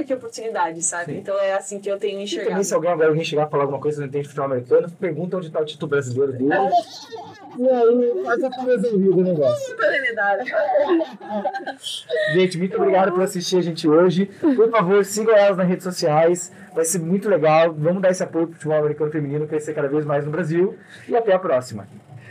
Speaker 3: oportunidade, sabe?
Speaker 1: Sim.
Speaker 3: Então é assim que eu tenho
Speaker 1: E
Speaker 3: enxergado.
Speaker 1: também, se alguém, alguém chegar a falar alguma coisa que não entende de futebol americano, pergunta onde tá o título brasileiro dele. E aí, faz a resolvido o negócio.
Speaker 3: Oportunidade.
Speaker 1: Gente, muito obrigado por assistir a gente hoje. Por favor, sigam elas nas redes sociais. Vai ser muito legal. Vamos dar esse apoio pro futebol americano feminino crescer cada vez mais no Brasil. E até a próxima.